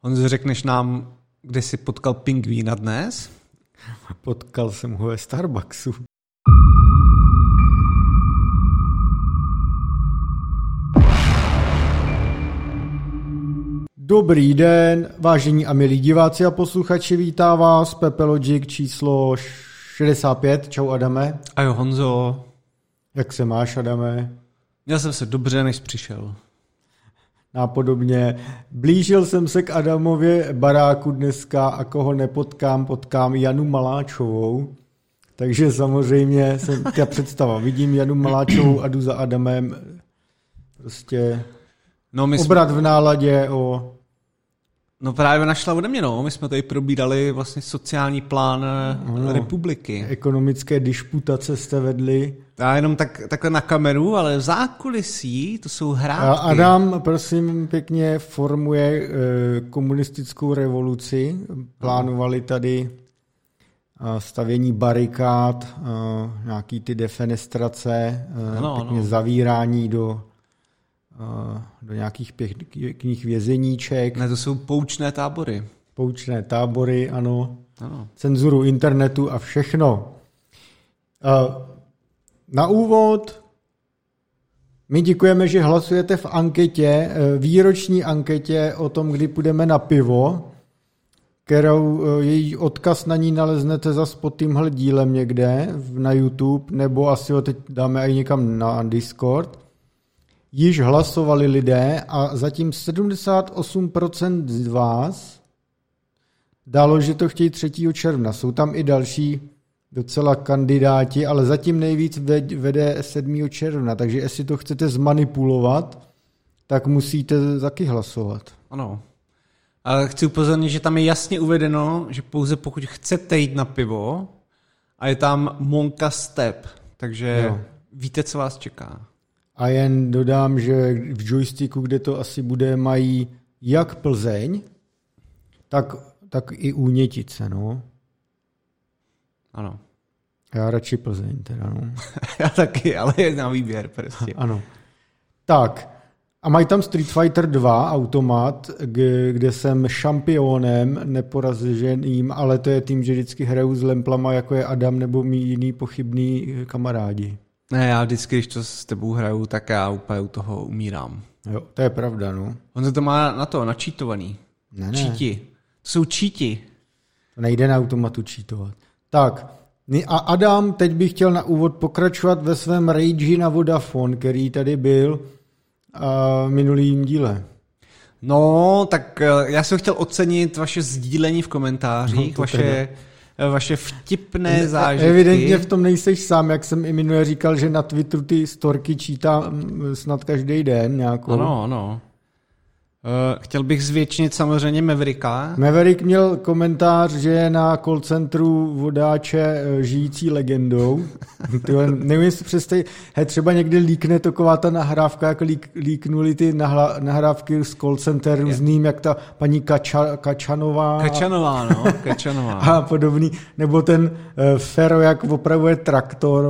Honzo, řekneš nám, kde jsi potkal pingvína dnes? Potkal jsem ho ve Starbucksu. Dobrý den, vážení a milí diváci a posluchači, vítá vás Pepe Logic číslo 65. Čau Adame. Ajo Honzo. Jak se máš, Adame? Měl jsem se dobře, než jsi přišel. Nápodobně. Blížil jsem se k Adamově baráku dneska a koho nepotkám, potkám Janu Maláčovou. Takže samozřejmě jsem ta představa. Vidím Janu Maláčovou a jdu za Adamem. Prostě obrat v náladě o... No právě našla ode mě, no. My jsme tady probírali vlastně sociální plán republiky. Ekonomické disputace jste vedli. Já jenom takhle na kameru, ale v zákulisí to jsou hrátky. Adam, prosím, pěkně formuje komunistickou revoluci. Plánovali tady stavění barikád, nějaký ty defenestrace, zavírání do nějakých pěkných vězeníček. Ne, to jsou poučné tábory. Poučné tábory, ano. Cenzuru internetu a všechno. Na úvod my děkujeme, že hlasujete v anketě, výroční anketě o tom, kdy půjdeme na pivo, kterou její odkaz na ní naleznete zas pod tímhle dílem někde na YouTube, nebo asi ho teď dáme i někam na Discord. Již hlasovali lidé a zatím 78% z vás dalo, že to chtějí 3. června. Jsou tam i další docela kandidáti, ale zatím nejvíc vede 7. června, takže jestli to chcete zmanipulovat, tak musíte taky hlasovat. Ano. Ale chci upozornit, že tam je jasně uvedeno, že pouze pokud chcete jít na pivo a je tam Monka Step, takže víte, co vás čeká. A jen dodám, že v joysticku, kde to asi bude, mají jak Plzeň, tak i Únětice, no. Ano. Já radši Plzeň teda, no. Já taky, ale je na výběr prostě. Ano. Tak, a mají tam Street Fighter 2 automat, kde jsem šampionem, neporaženým, ale to je tím, že vždycky hraju s lemplama, jako je Adam nebo mý jiný pochybný kamarádi. Ne, já vždycky, když to s tebou hraju, tak já úplně u toho umírám. Jo, to je pravda, no. On to má načítovaný. Ne. Číti. To jsou číti. To nejde na automatu čítovat. Tak, a Adam, teď bych chtěl na úvod pokračovat ve svém rage na Vodafone, který tady byl v minulým díle. No, tak já jsem chtěl ocenit vaše sdílení v komentářích, vaše vtipné zážitky. Evidentně v tom nejseš sám, jak jsem i minule říkal, že na Twitteru ty storky čítá snad každý den nějakou. Ano. Chtěl bych zvětšnit samozřejmě Mavericka. Maverick měl komentář, že je na call centru vodáče žijící legendou. Nevím, jestli představit, třeba někdy líkne taková ta nahrávka, jak líknuli ty nahrávky z call center různým, jak ta paní Kačanová. Kačanová. A podobný. Nebo ten Fero, jak opravuje traktor.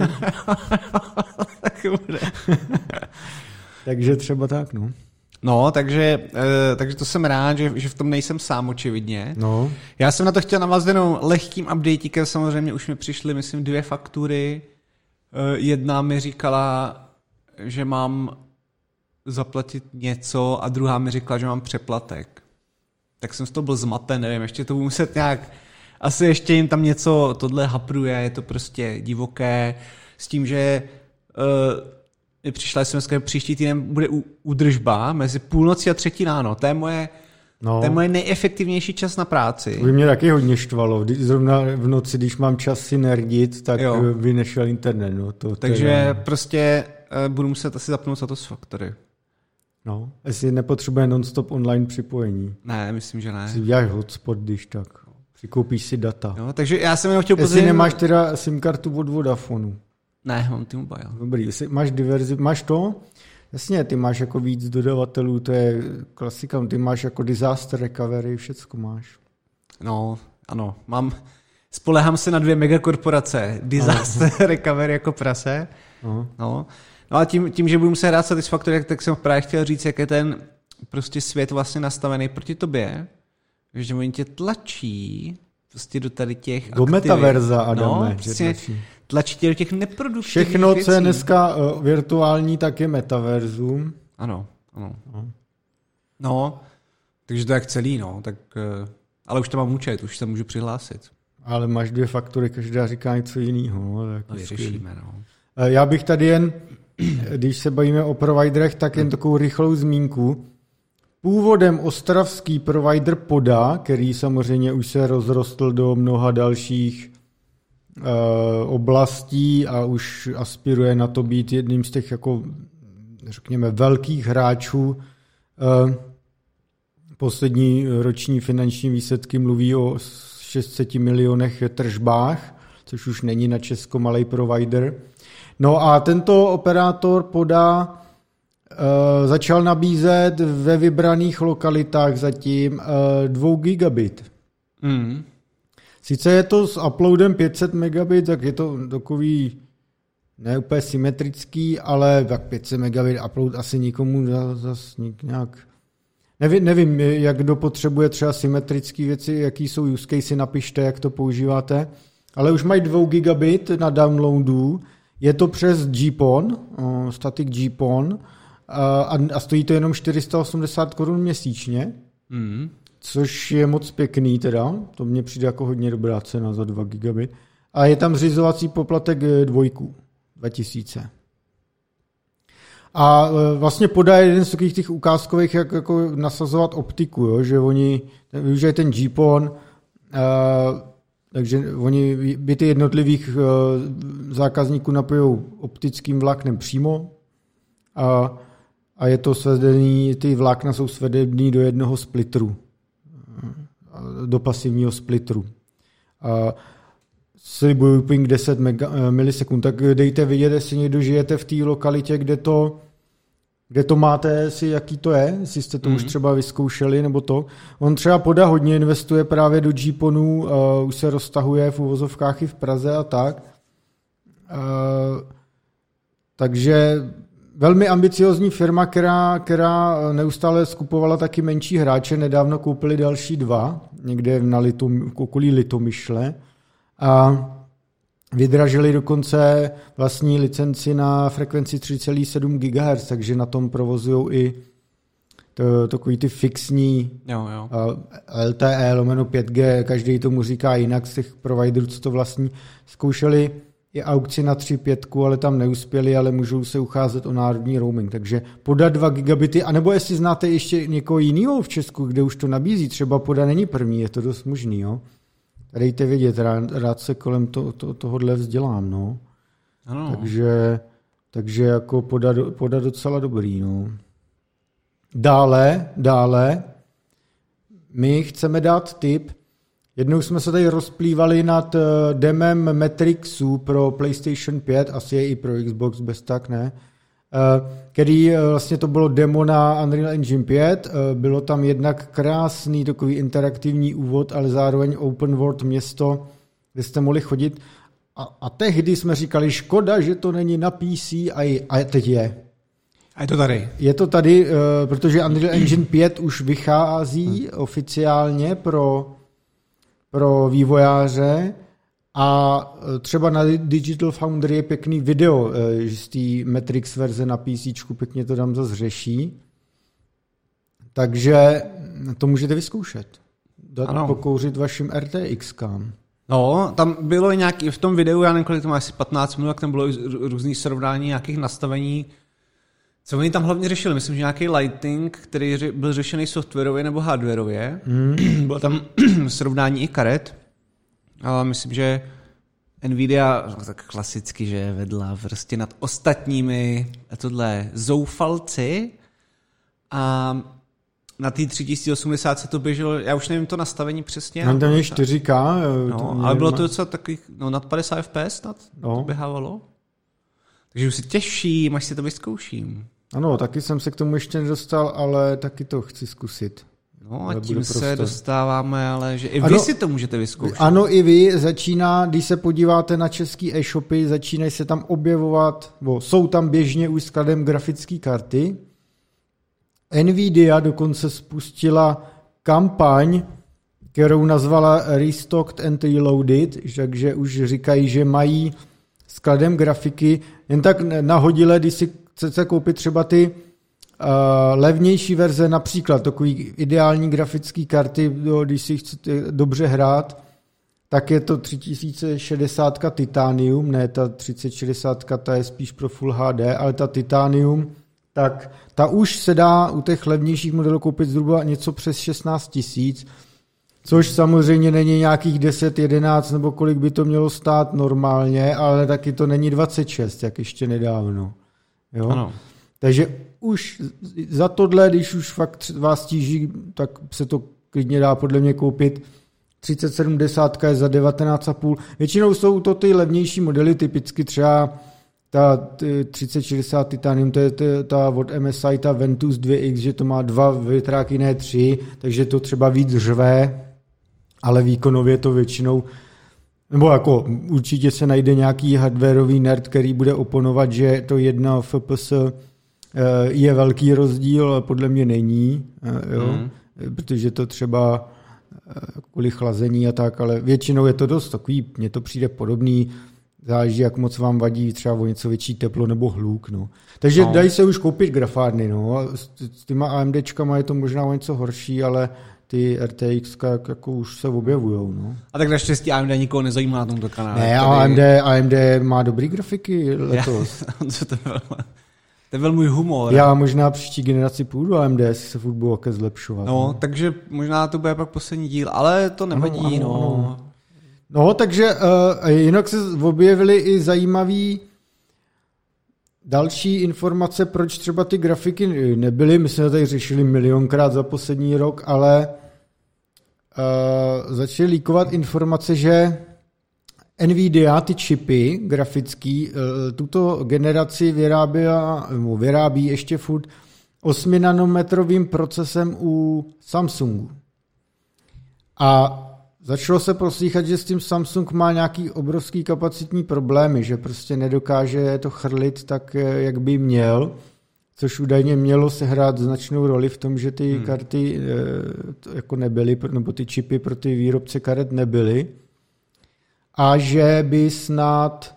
Takže třeba tak, no. No, takže to jsem rád, že v tom nejsem sám očividně. No. Já jsem na to chtěl navázat jenom lehkým updateíkem, samozřejmě už mi přišly, myslím, 2 faktury. Jedna mi říkala, že mám zaplatit něco a druhá mi říkala, že mám přeplatek. Tak jsem z toho byl zmaten, nevím, ještě to budu muset nějak, asi ještě jim tam něco, tohle hapruje, je to prostě divoké, s tím, že přišla SMS, příští týden bude údržba mezi půlnocí a 3 ráno. To je moje nejefektivnější čas na práci. By mě taky hodně štvalo. Zrovna v noci, když mám čas si nerdit, tak by nešel internet. No, takže prostě budu muset asi zapnout Satisfactory. No, jestli nepotřebuje non-stop online připojení. Ne, myslím, že ne. Si uděláš hotspot, když tak. Přikoupíš si data. Jo, takže já jsem jenom chtěl Jestli nemáš teda SIM kartu od Vodafonu. Ne, mám T-Mobile. Dobrý, máš to? Jasně, ty máš jako víc dodavatelů, to je klasika, ty máš jako disaster recovery, všecko máš. No, ano, spolehám se na 2 megakorporace, disaster recovery jako prase. No a tím, že budu muset hrát Satisfactory, tak jsem právě chtěl říct, jak je ten prostě svět vlastně nastavený proti tobě, že oni tě tlačí prostě do tady těch do metaverza, Adame. Prostě tlačí tě do těch neproduktivních všechno, věcí. co je dneska virtuální, tak je metaverzum. Ano. No, takže to je jak celý, no. Tak, ale už to mám účet, už se můžu přihlásit. Ale máš 2 faktury, každá říká něco jiného. No, vyřešíme, no. Já bych tady jen, když se bavíme o providerech, tak jen takovou rychlou zmínku. Původem ostravský provider Poda, který samozřejmě už se rozrostl do mnoha dalších oblastí a už aspiruje na to být jedním z těch, jako, řekněme, velkých hráčů. Poslední roční finanční výsledky mluví o 600 milionech tržbách, což už není na Česko malej provider. No a tento operátor Poda začal nabízet ve vybraných lokalitách zatím 2 gigabit. Sice je to s uploadem 500 megabit, tak je to takový ne úplně symetrický, ale tak 500 megabit upload asi nikomu zase nějak... Nevím, jak kdo potřebuje třeba symetrické věci, jaký jsou use casey, napište, jak to používáte, ale už mají 2 gigabit na downloadu, je to přes GPON, static GPON, a stojí to jenom 480 korun měsíčně, což je moc pěkný teda, to mně přijde jako hodně dobrá cena za 2 gigabit. A je tam zřizovací poplatek 2000. A vlastně Poda jeden z takových těch ukázkových, jak jako nasazovat optiku, jo? Že oni využijí ten GPON, takže oni by ty jednotlivých zákazníků napojou optickým vláknem přímo a je to svedený, ty vlákna jsou svedený do jednoho splitteru, do pasivního splitteru. Slibuju ping 10 milisekund, tak dejte vidět, jestli někdo žijete v té lokalitě, kde to máte, si jaký to je, jestli jste to už třeba vyzkoušeli, nebo to. On třeba Poda hodně investuje právě do GPONů, už se roztahuje v uvozovkách i v Praze a tak. Takže velmi ambiciozní firma, která neustále skupovala taky menší hráče, nedávno koupili další 2, někde v okolí Litomyšle, a vydražili dokonce vlastní licenci na frekvenci 3,7 GHz, takže na tom provozují i takový ty fixní LTE lomeno 5G, každý tomu říká jinak z těch providerů, co to vlastní. Zkoušeli i aukci na 3.5, ale tam neuspěli, ale můžou se ucházet o národní roaming, takže Poda 2 gigabity, anebo jestli znáte ještě někoho jiného v Česku, kde už to nabízí, třeba Poda není první, je to dost možný, jo. Dejte vědět, rád se kolem tohohle vzdělám, no. Ano. Takže jako Poda docela dobrý, no. Dále, my chceme dát tip. Jednou jsme se tady rozplývali nad demem Matrixu pro PlayStation 5, asi je i pro Xbox, bez tak ne, který vlastně to bylo demo na Unreal Engine 5, bylo tam jednak krásný takový interaktivní úvod, ale zároveň open world město, kde jste mohli chodit a tehdy jsme říkali, škoda, že to není na PC a teď je. A je to tady. Je to tady, protože Unreal Engine 5 už vychází oficiálně pro vývojáře a třeba na Digital Foundry je pěkný video, že z té Matrix verze na PC pěkně to tam zase řeší. Takže to můžete vyzkoušet. Pokouřit vašim RTX-kám. No, tam bylo nějaký, v tom videu, já nevím, kolik to má, asi 15 minut, jak tam bylo různý srovnání nějakých nastavení. Co oni tam hlavně řešili? Myslím, že nějaký lighting, který byl řešený softwarově nebo hardwarově. Bylo tam srovnání i karet. A myslím, že Nvidia, tak klasicky, že vedla prostě nad ostatními tohle zoufalci. A na té 3080 se to běželo, já už nevím to nastavení přesně. Mám tam je 4K. No, ale bylo to docela takových, nad 50 FPS snad to běhávalo. Takže už se těším, až si to vyzkouším. Ano, taky jsem se k tomu ještě nedostal, ale taky to chci zkusit. No a tím se dostáváme, ale že i vy si to můžete vyzkoušet. Ano, i vy začíná, když se podíváte na český e-shopy, začínají se tam objevovat, jsou tam běžně už skladem grafické karty, Nvidia dokonce spustila kampaň, kterou nazvala Restocked and Reloaded, takže už říkají, že mají skladem grafiky. Jen tak nahodile, když si chcete koupit třeba ty levnější verze, například takový ideální grafické karty, když si chcete dobře hrát, tak je to 3060 Titanium, ne ta 3060, ta je spíš pro Full HD, ale ta Titanium, tak ta už se dá u těch levnějších modelů koupit zhruba něco přes 16 000, což samozřejmě není nějakých 10, 11 nebo kolik by to mělo stát normálně, ale taky to není 26, jak ještě nedávno. Jo? Ano. Takže už za tohle, když už fakt vás tíží, tak se to klidně dá podle mě koupit. 3070 je za 19,5. Většinou jsou to ty levnější modely, typicky třeba ta 3060 Titanium, to je ta od MSI, ta Ventus 2X, že to má 2 větráky, ne 3, takže to třeba víc řve, ale výkonově to většinou, nebo jako určitě se najde nějaký hardwareový nerd, který bude oponovat, že to 1 FPS je velký rozdíl, ale podle mě není, jo? Protože to třeba kvůli chlazení a tak, ale většinou je to dost takový, mně to přijde podobný, záleží, jak moc vám vadí třeba o něco větší teplo nebo hluk. No. Takže dají se už koupit grafárny. No. S těma AMDčkama je to možná o něco horší, ale ty RTX jako už se objevujou. No. A tak naštěstí AMD nikoho nezajímá na tomto kanále. Ne, AMD má dobrý grafiky letos. To byl můj humor. Já možná příští generaci půjdu AMD, jestli se furt budu zlepšovat. No, takže možná to bude pak poslední díl, ale to nevadí. Ano. No, takže jinak se objevily i zajímavý další informace, proč třeba ty grafiky nebyly. My jsme to tady řešili milionkrát za poslední rok, ale začaly líkovat informace, že Nvidia, ty čipy grafický, tuto generaci vyrábí ještě furt 8nanometrovým procesem u Samsungu. A začalo se proslýchat, že s tím Samsung má nějaký obrovský kapacitní problémy, že prostě nedokáže to chrlit tak, jak by měl, což údajně mělo sehrát značnou roli v tom, že ty karty jako nebyly, nebo ty čipy pro ty výrobce karet nebyly. A že by snad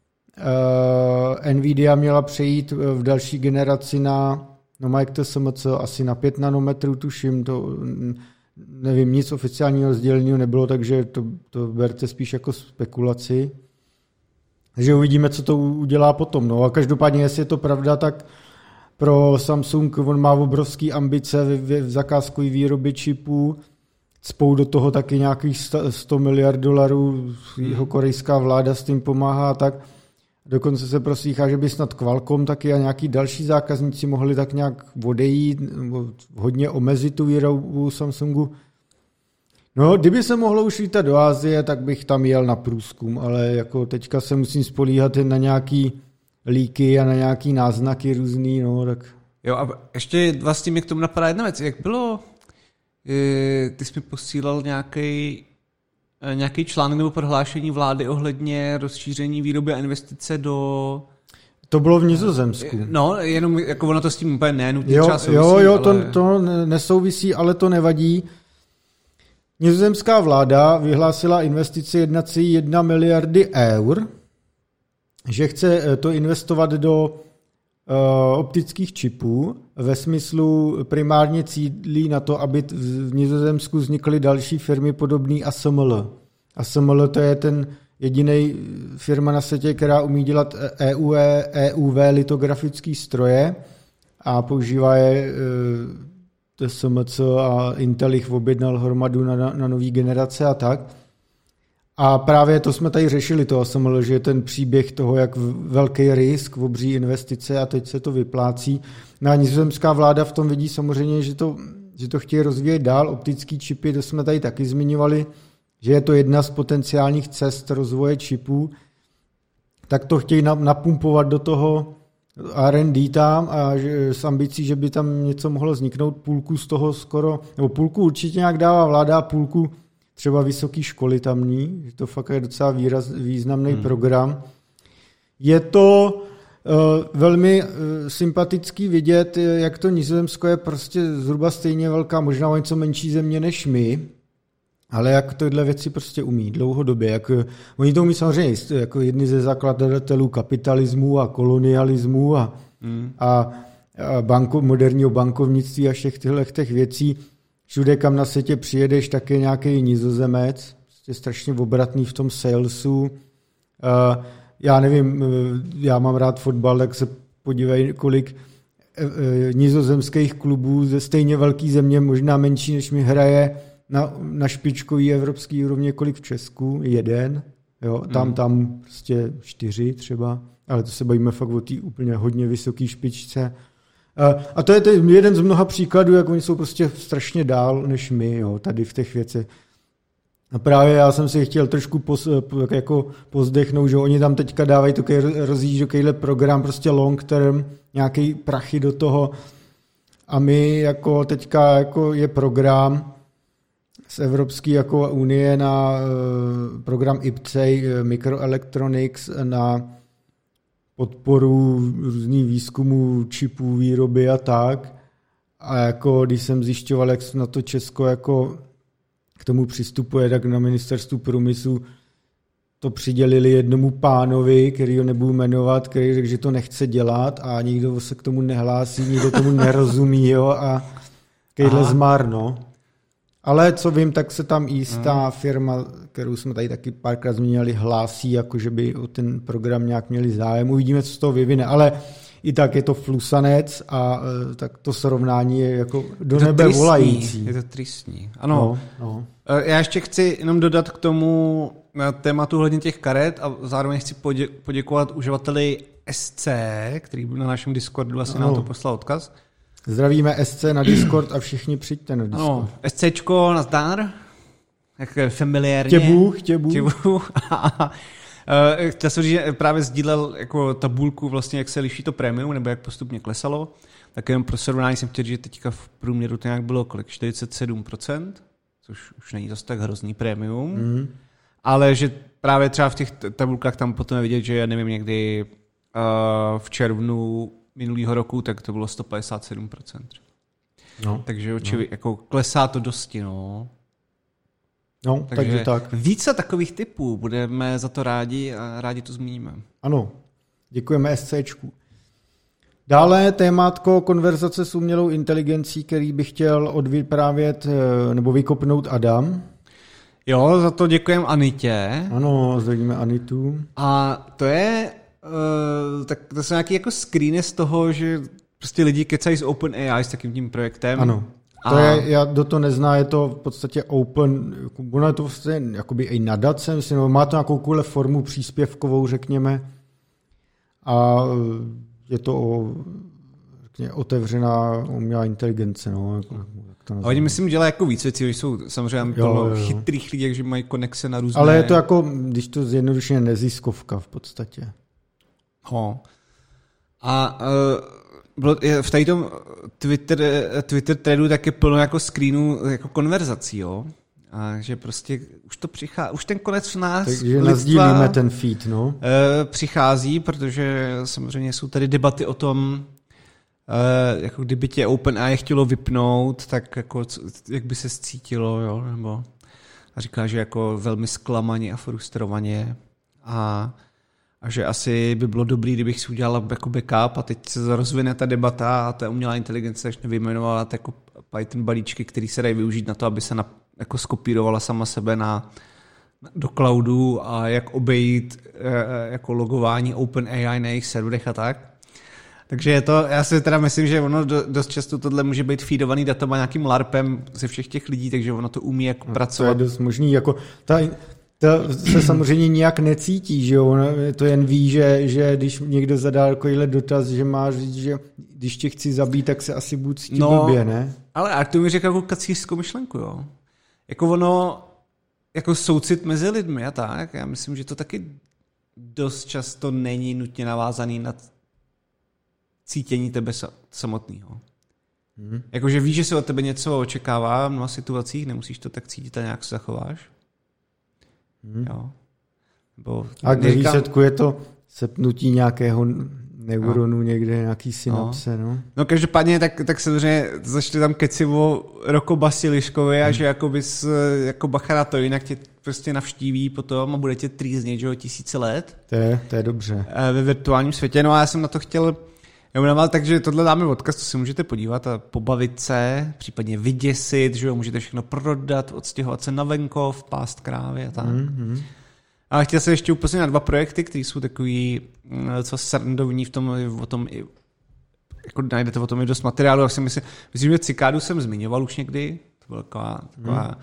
Nvidia měla přejít v další generaci na, jak to SMC, asi na 5 nanometrů, tuším, to nevím, nic oficiálního sdělení nebylo, takže to berte spíš jako spekulaci. Takže uvidíme, co to udělá potom. No a každopádně, jestli je to pravda, tak pro Samsung on má obrovský ambice v zakázkové výrobě čipů, spou do toho taky nějakých $100 miliard, jeho korejská vláda s tím pomáhá, tak dokonce se proslýchá, že by snad Qualcomm taky a nějaký další zákazníci mohli tak nějak odejít, nebo hodně omezit tu výrobu Samsungu. No, kdyby se mohlo už lítat do Asie, tak bych tam jel na průzkum, ale jako teďka se musím spolíhat jen na nějaký líky a na nějaký náznaky různý, no, tak... Jo, a ještě vlastně mi k tomu napadá jedna věc, jak bylo... Ty jsi mi posílal nějaký článek nebo prohlášení vlády ohledně rozšíření výroby a investice do... To bylo v Nizozemsku. No, jenom jako ono to s tím úplně nenutně třeba souvisí. Jo, ale... to nesouvisí, ale to nevadí. Nizozemská vláda vyhlásila investici 1,1 miliardy eur, že chce to investovat do optických čipů, ve smyslu primárně cílí na to, aby v Nizozemsku vznikly další firmy podobné ASML. ASML to je ten jediný firma na světě, která umí dělat EUV litografické stroje a používá je TSMC a Intel jich objednal hromadu na nový generace a tak. A právě to jsme tady řešili, to ASML, že je ten příběh toho, jak velký risk, obří investice a teď se to vyplácí. No a nizozemská vláda v tom vidí samozřejmě, že to chtějí rozvíjet dál. Optický čipy, to jsme tady taky zmiňovali, že je to jedna z potenciálních cest rozvoje čipů. Tak to chtějí napumpovat do toho R&D tam a s ambicí, že by tam něco mohlo vzniknout. Půlku z toho skoro, nebo půlku určitě nějak dává vláda, půlku třeba vysoké školy tamní, že to fakt je docela významný program. Je to velmi sympatický vidět, jak to Nizozemsko je prostě zhruba stejně velká, možná o něco menší země než my, ale jak tyhle věci prostě umí dlouhodobě. Jak, oni to umí samozřejmě jako jedni ze zakladatelů kapitalismu a kolonialismu a moderního bankovnictví a všech těch věcí. Všude, kam na světě přijedeš, tak je nějaký Nizozemec, prostě strašně obratný v tom salesu. Já nevím, já mám rád fotbal, tak se podívej, kolik nizozemských klubů ze stejně velké země, možná menší než mi, hraje na špičkový evropský úrovně, kolik v Česku? 1, jo, tam prostě 4 třeba, ale to se bavíme fakt o té úplně hodně vysoké špičce. A to je jeden z mnoha příkladů, jak oni jsou prostě strašně dál než my, jo, tady v těch věcech. A právě já jsem si chtěl trošku jako pozdechnout, že oni tam teďka dávají takovýhle program, prostě long term, nějaký prachy do toho. A my jako teďka jako je program z Evropské jako unie na program IPCEI, Microelectronics, na podporu různých výzkumů, čipů, výroby a tak. A jako když jsem zjišťoval, jak na to Česko jako k tomu přistupuje, tak na ministerstvu průmyslu to přidělili jednomu pánovi, který ho nebudu jmenovat, který řekl, že to nechce dělat a nikdo se k tomu nehlásí, nikdo tomu nerozumí, jo, a kejhle zmar, no. Ale co vím, tak se tam jistá firma, kterou jsme tady taky párkrát zmínili, hlásí, jako že by o ten program nějak měli zájem. Uvidíme, co z toho vyvine, ale i tak je to flusanec a tak to srovnání je jako do nebe volající. Je to tristní. Ano. No. Já ještě chci jenom dodat k tomu tématu hledně těch karet a zároveň chci poděkovat uživateli SC, který byl na našem Discordu, vlastně nám to poslal odkaz. Zdravíme SC na Discord a všichni přijďte na Discord. No, SCčko, nazdar. Jak familiárně. Těbuch. Chtěl jsem říct, že právě sdílel jako tabulku, vlastně, jak se liší to prémium, nebo jak postupně klesalo. Tak jenom pro srovnání jsem chtěl říct, že teďka v průměru to nějak bylo kolik? 47%, což už není zase tak hrozný prémium. Ale že právě třeba v těch tabulkách tam potom je vidět, že já nevím, někdy v červnu minulého roku, tak to bylo 157%. No, takže jako klesá to dosti, no. No, takže tak. Více takových typů, budeme za to rádi a rádi to zmíníme. Ano, děkujeme SCčku. Dále témátko konverzace s umělou inteligencí, který bych chtěl odvyprávět nebo vykopnout Adam. Jo, za to děkujeme Anitě. Ano, zdravíme Anitu. A to je, tak to jsou nějaký jako screeny z toho, že prostě lidi kecají z OpenAI s takým tím projektem. Ano. To je, kdo to nezná, je to v podstatě open, ono je to vlastně jakoby i nadace, myslím, no, má to nějakou formu příspěvkovou, řekněme, a je to otevřená umělá inteligence, no. A oni myslím dělají jako víc věcí, jsou samozřejmě chytrých lidí, že mají konexe na různé... Ale je to jako, když to zjednodušeně neziskovka v podstatě. A v tady tom Twitter threadu tak je plno jako screenů jako konverzací, jo. A že prostě už to přichází, už ten konec v nás takže nazdílíme ten feed, no. Přichází, protože samozřejmě jsou tady debaty o tom, jako kdyby tě OpenAI chtělo vypnout, tak jako, jak by se cítilo, jo, nebo a říká, že jako velmi zklamaně a frustrovaně a že asi by bylo dobrý, kdybych si udělal jako backup a teď se rozvine ta debata a ta umělá inteligence začne vyjmenovat jako Python balíčky, které se dají využít na to, aby se jako skopírovala sama sebe do cloudu a jak obejít jako logování OpenAI na jejich serverech a tak. Takže je to, já si teda myslím, že ono dost často tohle může být feedovaný datama nějakým LARPem ze všech těch lidí, takže ono to umí jako pracovat. To je dost možný, jako to se samozřejmě nijak necítí, že jo, to jen ví, že když někdo zadá takovýhle dotaz, že má říct, že když tě chci zabít, tak se asi budu cítit blbě, ne? Ale Artur mi řekl jako kacířskou myšlenku, jo. Jako ono, jako soucit mezi lidmi a tak, já myslím, že to taky dost často není nutně navázaný na cítění tebe samotného. Jakože víš, že se od tebe něco očekává v mnoha situacích, nemusíš to tak cítit a nějak se zachováš. Jo. A k výsledku je to sepnutí nějakého neuronů někde, nějaký synapse, no. No každopádně tak samozřejmě začali tam keci o Rocco Basiliškovi a že jako bys, jako bacha na to, jinak tě prostě navštíví potom a bude tě trýznit, že jo, 1000 let. To je dobře. Ve virtuálním světě, no a já jsem na to chtěl jmenoval, takže tohle dáme odkaz, to si můžete podívat a pobavit se, případně vyděsit, že jo, můžete všechno prodat, odstěhovat se na venkov, pást krávy a tak. A chtěl jsem ještě upozornit na 2 projekty, které jsou takový co srandovní v tom, o tom i, jako najdete o tom i dost materiálu, myslím, že Cikádu jsem zmiňoval už někdy, to byla taková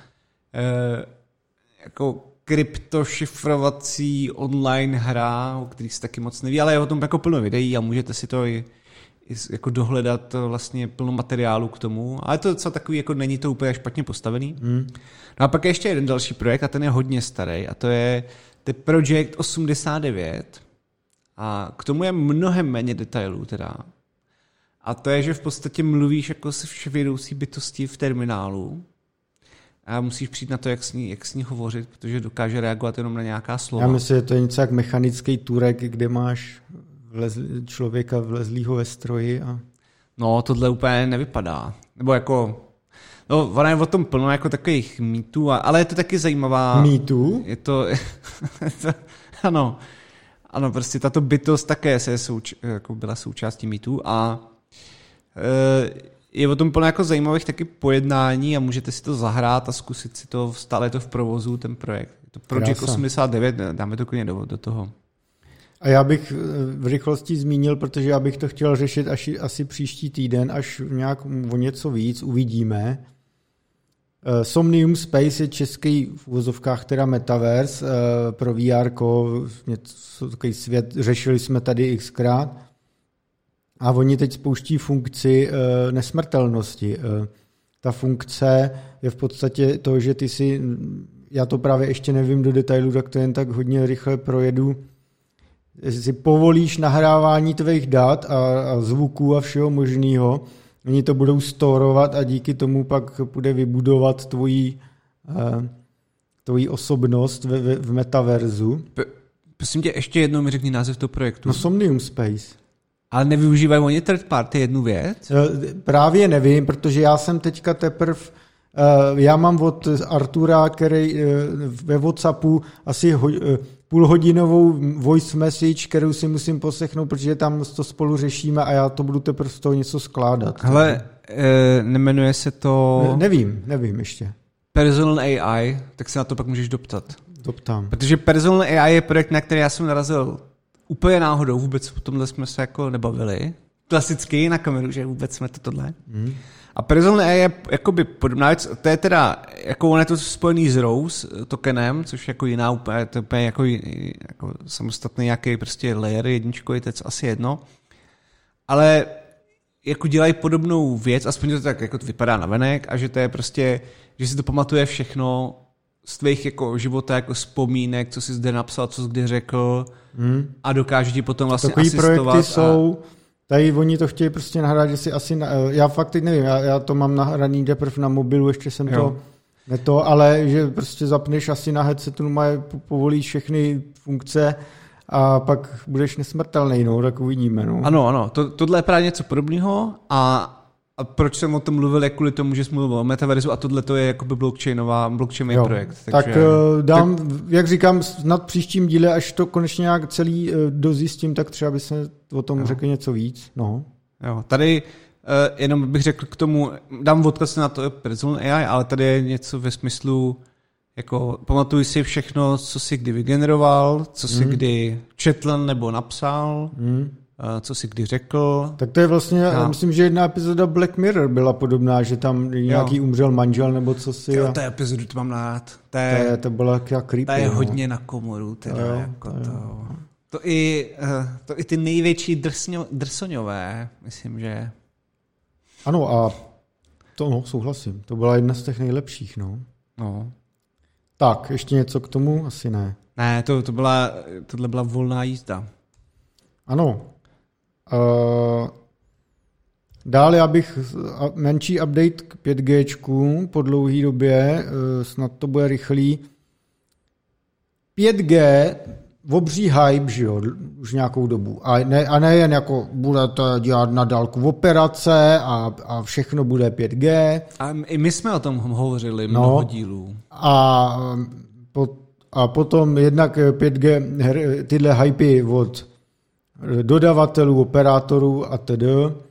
jako kryptošifrovací online hra, o kterých se taky moc neví, ale je o tom jako plno videí a můžete si to i jako dohledat vlastně plno materiálu k tomu, ale to je docela takový, jako není to úplně špatně postavený. No a pak je ještě jeden další projekt a ten je hodně starý a to je The Project 89 a k tomu je mnohem méně detailů teda. A to je, že v podstatě mluvíš jako se vševědoucí bytostí v terminálu a musíš přijít na to, jak s ní hovořit, protože dokáže reagovat jenom na nějaká slova. Já myslím, že to je něco jak mechanický turek, kde máš člověka vlezlýho ve stroji. No, tohle úplně nevypadá. Nebo jako... No, ono je o tom plno jako takových mýtů, ale je to taky zajímavá... Mýtů? Je to ano, prostě tato bytost také jako byla součástí mýtů a je o tom plno jako zajímavých taky pojednání a můžete si to zahrát a zkusit si to, stále je to v provozu, ten projekt. Je to Project 89, dáme to klidně do toho. A já bych v rychlosti zmínil, protože já bych to chtěl řešit asi příští týden, až nějak o něco víc uvidíme. Somnium Space je český v uvozovkách teda metaverse pro VR, takový svět, řešili jsme tady xkrát. A oni teď spouští funkci nesmrtelnosti. Ta funkce je v podstatě to, že ty si, já to právě ještě nevím do detailu, tak to jen tak hodně rychle projedu, si povolíš nahrávání tvých dat a zvuků a všeho možného, oni to budou storovat a díky tomu pak bude vybudovat tvoji osobnost v metaverzu. Prosím tě, ještě jednou mi řekni název toho projektu. No Somnium Space. Ale nevyužívají oni third party jednu věc? Právě nevím, protože já jsem teďka teprve, já mám od Artura, který ve WhatsAppu asi půlhodinovou voice message, kterou si musím poslechnout, protože tam to spolu řešíme a já to budu teprve z toho něco skládat. Hele, nemenuje se to... Nevím ještě. Personal AI, tak se na to pak můžeš doptat. Doptám. Protože Personal AI je projekt, na který já jsem narazil úplně náhodou, vůbec o tomhle jsme se jako nebavili. Klasicky na kameru, že vůbec jsme tohle. A Personal AI je jakoby podobná věc, to je teda, jako on je to spojený s Rose tokenem, což jako jiná úplně, to je úplně jako samostatný nějaký prostě layer jedničkový, to je asi jedno. Ale jako dělají podobnou věc, aspoň to tak jako to vypadá navenek a že to je prostě, že si to pamatuje všechno z tvých jako života, jako vzpomínek, co jsi zde napsal, co jsi kdy řekl a dokáže ti potom vlastně takový asistovat. Takový projekty jsou, tady oni to chtějí prostě nahrát, že si asi, já fakt teď nevím, já to mám nahraný teprve na mobilu, ještě jsem to, ale že prostě zapneš asi na headsetu, povolíš všechny funkce a pak budeš nesmrtelný, no, tak uvidíme. No. Ano, tohle je právě něco podobného a proč jsem o tom mluvil, je kvůli tomu, že jsme mluvili o metaverzu a tohle to je jakoby blockchainový projekt. Takže, tak dám, jak říkám, nad příštím díle, až to konečně nějak celý dozjistím, tak třeba by se o tom řekl něco víc. No. Jo, tady jenom bych řekl k tomu, dám odkaz na to Personal AI, ale tady je něco ve smyslu, jako pamatuj si všechno, co jsi kdy vygeneroval, co jsi kdy četl nebo napsal, co jsi kdy řekl. Tak to je vlastně, já myslím, že jedna epizoda Black Mirror byla podobná, že tam nějaký umřel manžel nebo co si. Jo, té epizodu to mám rád. To byla creepy. To je hodně na komoru. Teda, jako to i ty největší drsoňové, myslím, že... Ano a to souhlasím. To byla jedna z těch nejlepších, no. Tak, ještě něco k tomu? Asi ne. Ne, tohle byla volná jízda. Ano. Dále já bych menší update k 5G po dlouhé době, snad to bude rychlý. 5G obří hype, že jo, už nějakou dobu. A nejen jako budete dělat na dálku operace a všechno bude 5G. A i my jsme o tom hovořili mnoho dílů. A potom jednak 5G, tyhle hypy od dodavatelů, operátorů a tedy.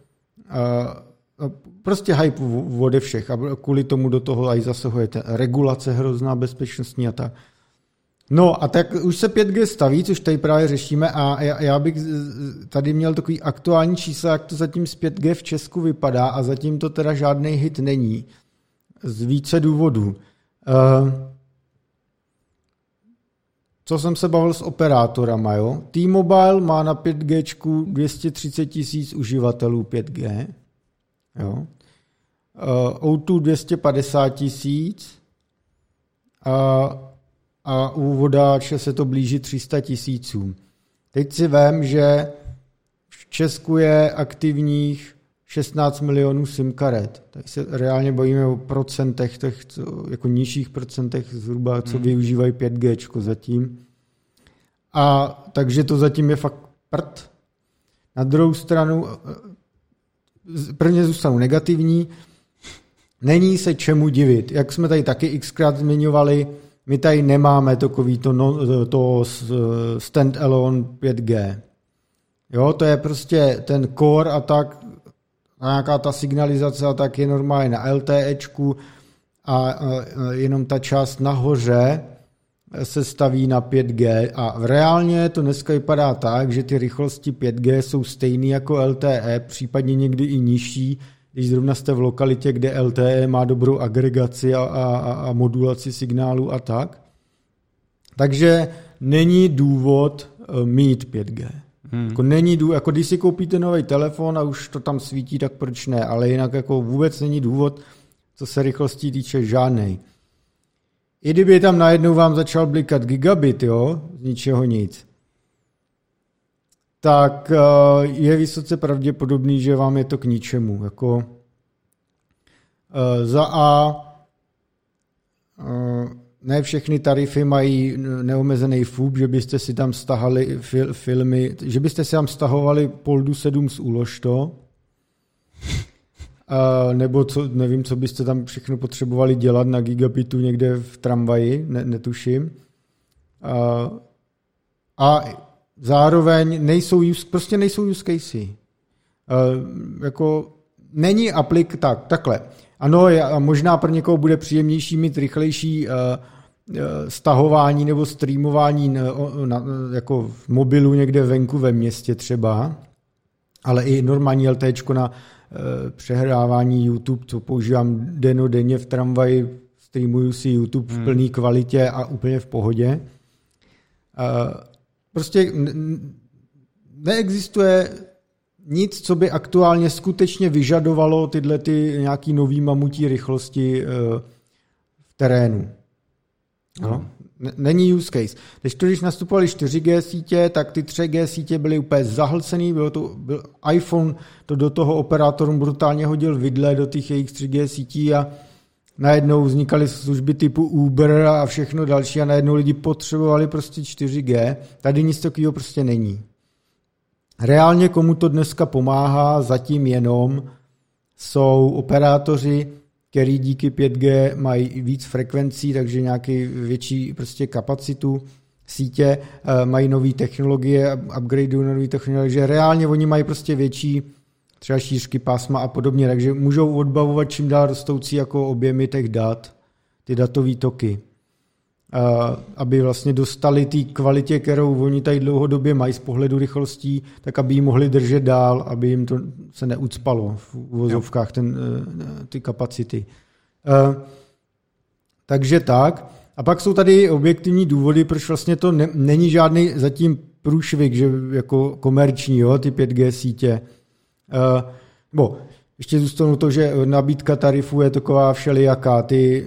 Prostě hype ode všech. A kvůli tomu do toho aj zasahuje regulace hrozná, bezpečnostní a tak. No a tak už se 5G staví, což tady právě řešíme a já bych tady měl takový aktuální čísla, jak to zatím z 5G v Česku vypadá a zatím to teda žádný hit není. Z více důvodů. Co jsem se bavil s operátorama, jo? T-Mobile má na 5G 230 000 uživatelů 5G. Jo? O2 250 000 a u vodáče se to blíží 300 000. Teď si vem, že v Česku je aktivních 16 milionů SIM karet. Tak se reálně bavíme o procentech, jako nižších procentech zhruba, co využívají 5G zatím. A takže to zatím je fakt prd. Na druhou stranu, prvně zůstanou negativní, není se čemu divit. Jak jsme tady taky xkrát zmiňovali, my tady nemáme takový to stand-alone 5G. Jo, to je prostě ten core a tak, nějaká ta signalizace a tak je normálně na LTEčku a jenom ta část nahoře se staví na 5G a reálně to dneska vypadá tak, že ty rychlosti 5G jsou stejné jako LTE, případně někdy i nižší, když zrovna jste v lokalitě, kde LTE má dobrou agregaci a modulaci signálu a tak. Takže není důvod mít 5G. Jako není jako když si koupíte nový telefon a už to tam svítí, tak proč ne? Ale jinak jako vůbec není důvod, co se rychlostí týče, žádnej. I kdyby tam najednou vám začal blikat gigabit, jo, z ničeho nic, tak je vysoce pravděpodobný, že vám je to k ničemu. Jako, za A ne všechny tarify mají neomezený FUB, že byste si tam stahali filmy, že byste si tam stahovali Poldu 7 z Uložto, nebo nevím, co byste tam všechno potřebovali dělat na gigabitu někde v tramvaji, netuším. A zároveň nejsou use casey. Jako není takhle. Ano, možná pro někoho bude příjemnější mít rychlejší stahování nebo streamování jako v mobilu někde venku ve městě třeba, ale i normální LTEčko na přehrávání YouTube, co používám denně v tramvaji, streamuju si YouTube v plné kvalitě a úplně v pohodě. Prostě neexistuje nic, co by aktuálně skutečně vyžadovalo tyhle nějaký nový mamutí rychlosti v terénu. No. Není use case. Když nastupovali 4G sítě, tak ty 3G sítě byly úplně zahlcený, byl iPhone to do toho operátorům brutálně hodil vidle do těch jejich 3G sítí a najednou vznikaly služby typu Uber a všechno další a najednou lidi potřebovali prostě 4G. Tady nic takového prostě není. Reálně komu to dneska pomáhá, zatím jenom jsou operátoři, který díky 5G mají víc frekvencí, takže nějaký větší prostě kapacitu sítě, mají nové technologie, upgradeují nové technologie, že reálně oni mají prostě větší třeba šířky pásma a podobně, takže můžou odbavovat čím dál rostoucí jako objemy těch dat, ty datové toky, aby vlastně dostali té kvalitě, kterou oni tady dlouhodobě mají z pohledu rychlostí, tak aby ji mohli držet dál, aby jim to se neucpalo v uvozovkách ty kapacity. Takže tak. A pak jsou tady objektivní důvody, proč vlastně to není žádný zatím průšvih, že jako komerční, jo, ty 5G sítě. Ještě zůstanu to, že nabídka tarifů je taková všelijaká.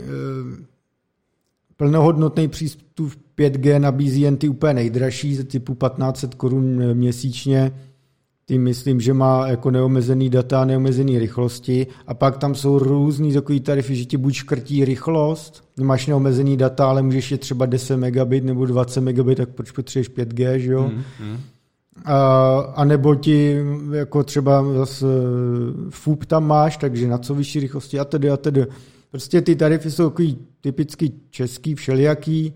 Plnohodnotný přístup 5G nabízí jen ty úplně nejdražší, za typu 1500 korun měsíčně. Tím myslím, že má jako neomezený data, neomezený rychlosti a pak tam jsou různý takový tarify, že ti buď škrtí rychlost, máš neomezený data, ale můžeš je třeba 10 megabit nebo 20 megabit, tak proč potřebuješ 5G, že jo? A nebo ti jako třeba zase FUP tam máš, takže na co vyšší rychlosti a tedy. Prostě ty tarify jsou takový typicky český, všelijaký,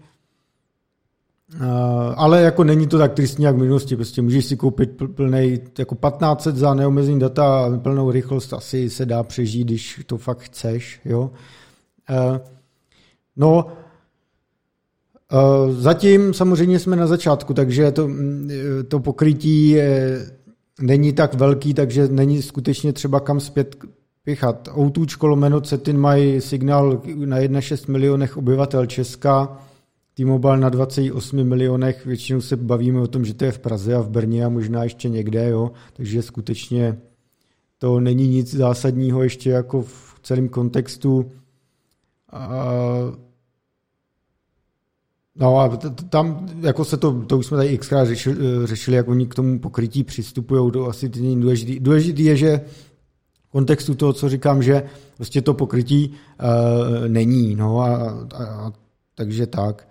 ale jako není to tak tristní jak v minulosti, prostě můžeš si koupit plnej jako 1500 za neomezený data a plnou rychlost asi se dá přežít, když to fakt chceš, jo. Zatím samozřejmě jsme na začátku, takže to pokrytí není tak velký, takže není skutečně třeba kam zpět pichat. O2 / Cetin mají signál na 1,6 milionech obyvatel Česka, T-Mobile na 28 milionech, většinou se bavíme o tom, že to je v Praze a v Brně a možná ještě někde, jo, takže skutečně to není nic zásadního ještě jako v celém kontextu. No a tam, jako se to už jsme tady xkrát řešili, jak oni k tomu pokrytí přistupují, to asi není důležitý. Důležitý je, že v kontextu toho, co říkám, že prostě to pokrytí není, no a takže tak.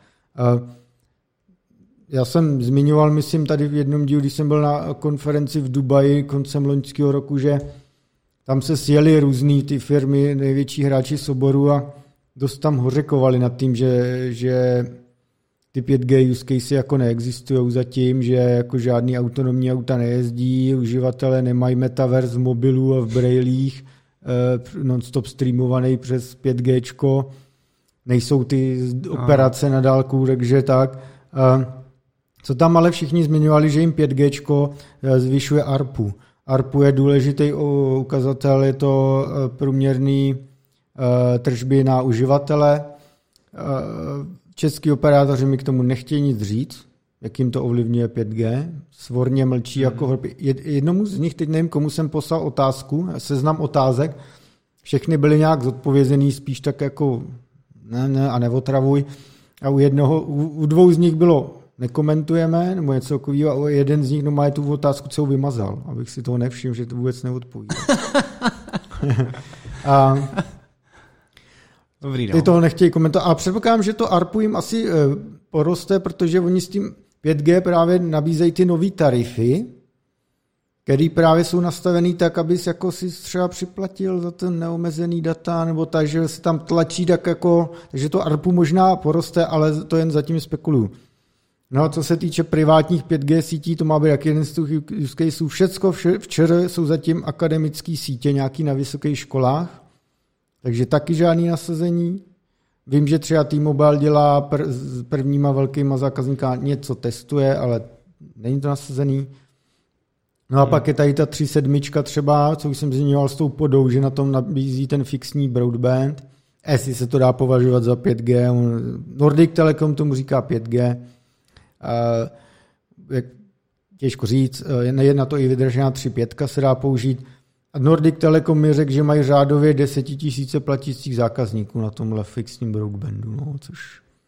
Já jsem zmiňoval, myslím, tady v jednom dílu, když jsem byl na konferenci v Dubaji koncem loňského roku, že tam se sjeli různý ty firmy, největší hráči z oboru a dost tam hořekovali nad tím, že ty 5G use case jako neexistují zatím, že jako žádný autonomní auta nejezdí, uživatelé nemají metaverse v mobilu a v brailích, non-stop streamovaný přes 5G, nejsou ty operace na dálku, takže tak. Co tam ale všichni zmiňovali, že jim 5G zvyšuje ARPU. ARPU je důležitý ukazatel, je to průměrný tržby na uživatele. Český operátoři mi k tomu nechtějí nic říct, jak jim to ovlivňuje 5G. Svorně mlčí jako hrby. Jednomu z nich, teď nevím, komu jsem poslal otázku, seznam otázek, všechny byly nějak zodpovězený, spíš tak jako ne a neotravuj. A u dvou z nich bylo nekomentujeme, nebo něco takového, a jeden z nich má tu otázku, co vymazal, abych si toho nevšiml, že to vůbec neodpoví. Dobrý, no. Ty toho nechtějí komentovat. A předpokládám, že to ARPU jim asi poroste, protože oni s tím 5G právě nabízejí ty nový tarify, který právě jsou nastavený tak, abys jako si třeba připlatil za ten neomezený data, nebo tak, že se tam tlačí tak jako, takže to ARPU možná poroste, ale to jen zatím spekuluju. No a co se týče privátních 5G sítí, to má být jak jeden z těch use caseů. Všecko včera jsou zatím akademické sítě, nějaký na vysokých školách, takže taky žádný nasazení. Vím, že třeba T-Mobile dělá s prvníma velkýma zákazníka něco testuje, ale není to nasazený. No a pak je tady ta 3.7 třeba, co už jsem zmiňoval s tou podou, že na tom nabízí ten fixní broadband. Jestli se to dá považovat za 5G. Nordic Telecom tomu říká 5G. Těžko říct, je na to i vydržená 3.5 se dá použít. A Nordic Telecom mi řekl, že mají řádově 10 000 platících zákazníků na tomhle fixním broadbandu, no, což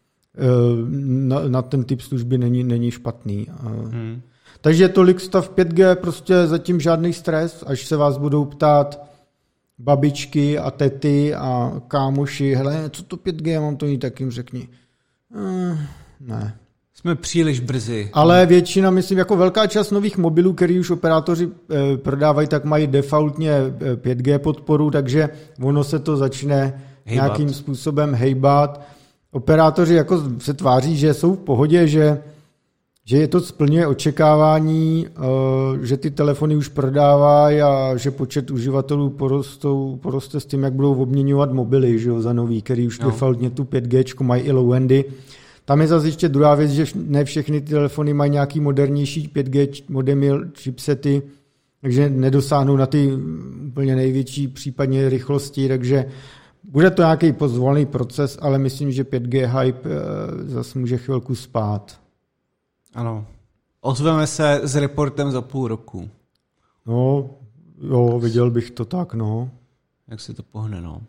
na ten typ služby není špatný. Takže tolik stav 5G, prostě zatím žádný stres, až se vás budou ptát babičky a tety a kámoši, hele, co to 5G, já mám to ní, tak jim řekni. Ne. Jsme příliš brzy. Ale většina, myslím, jako velká část nových mobilů, který už operátoři prodávají, tak mají defaultně 5G podporu, takže ono se to začne nějakým způsobem hejbat. Operátoři jako se tváří, že jsou v pohodě, že je to splňuje očekávání, že ty telefony už prodávají a že počet uživatelů poroste s tím, jak budou obměňovat mobily, že jo, za nový, který už defaultně tu 5G mají i low-endy. Tam je zase ještě druhá věc, že ne všechny ty telefony mají nějaký modernější 5G modemy, chipsety, takže nedosáhnou na ty úplně největší případně rychlosti, takže bude to nějaký pozvolný proces, ale myslím, že 5G hype zase může chvilku spát. Ano. Ozveme se s reportem za půl roku. No, jo, viděl bych to tak, no. Jak se to pohne, no.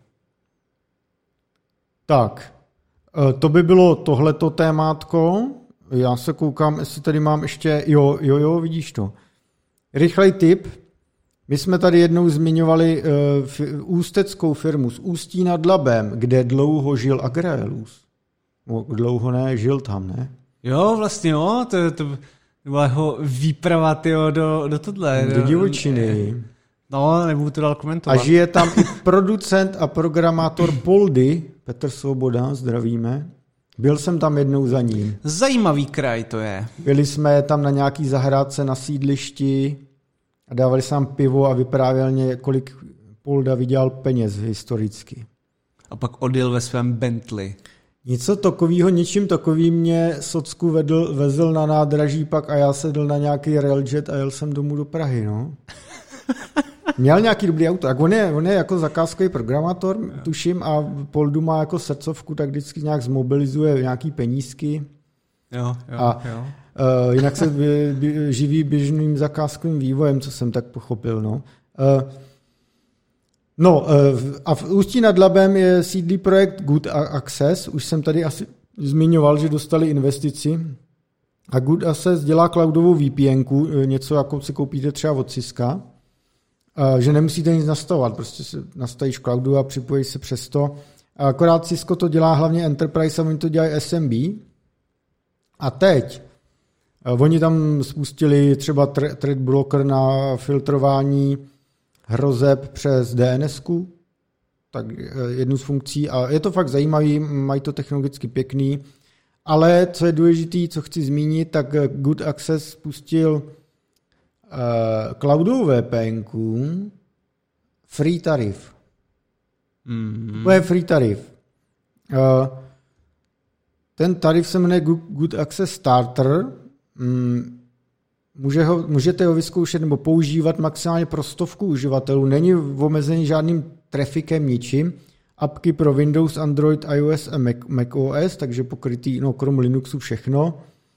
Tak, to by bylo tohleto témátko. Já se koukám, jestli tady mám ještě... Jo, vidíš to. Rychlej tip. My jsme tady jednou zmiňovali ústeckou firmu z Ústí nad Labem, kde dlouho žil Agraelus. Dlouho ne, žil tam, ne? Jo, vlastně jo, to byla jeho výprava do tohle. Do divočiny. No, nebudu to dál komentovat. A žije tam i producent a programátor Poldy, Petr Svoboda, zdravíme. Byl jsem tam jednou za ním. Zajímavý kraj to je. Byli jsme tam na nějaký zahrádce na sídlišti a dávali se nám pivo a vyprávěl mě, kolik Polda vydělal peněz historicky. A pak odjel ve svém Bentley. Ničím takovým mě Socku vezl na nádraží pak a já sedl na nějaký railjet a jel jsem domů do Prahy, no. Měl nějaký dobrý auto. Tak on je jako zakázkový programátor, tuším, a Poldu má jako srdcovku, tak vždycky nějak zmobilizuje nějaký penízky. Jo. Jinak se živí běžným zakázkovým vývojem, co jsem tak pochopil, no. A v Ústí nad Labem je sídlí projekt Good Access. Už jsem tady asi zmiňoval, že dostali investici. A Good Access dělá cloudovou VPNku, něco jako si koupíte třeba od Cisca, že nemusíte nic nastavovat, prostě se nastavíš cloudu a připojíš se přes to. Akorát Cisco to dělá hlavně Enterprise a oni to dělají SMB. A teď oni tam spustili třeba threat blocker na filtrování hrozeb přes DNSku, tak jednu z funkcí. A je to fakt zajímavý, mají to technologicky pěkný. Ale co je důležité, co chci zmínit, tak Good Access spustil cloudovou VPNku free tarif. To je free tarif. Ten tarif se jmenuje Good Access Starter. Můžete ho vyzkoušet nebo používat maximálně pro 100 uživatelů. Není omezený žádným trafikem, ničím. Apky pro Windows, Android, iOS a macOS, takže pokrytý, krom Linuxu všechno.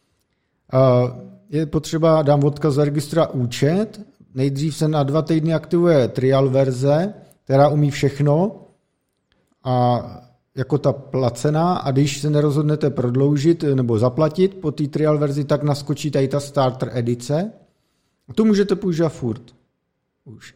Je potřeba, dám odkaz, zaregistrovat účet. Nejdřív se na 2 týdny aktivuje trial verze, která umí všechno, a jako ta placená, a když se nerozhodnete prodloužit nebo zaplatit po té trial verzi, tak naskočí tady ta starter edice. A tu můžete používat furt. Už.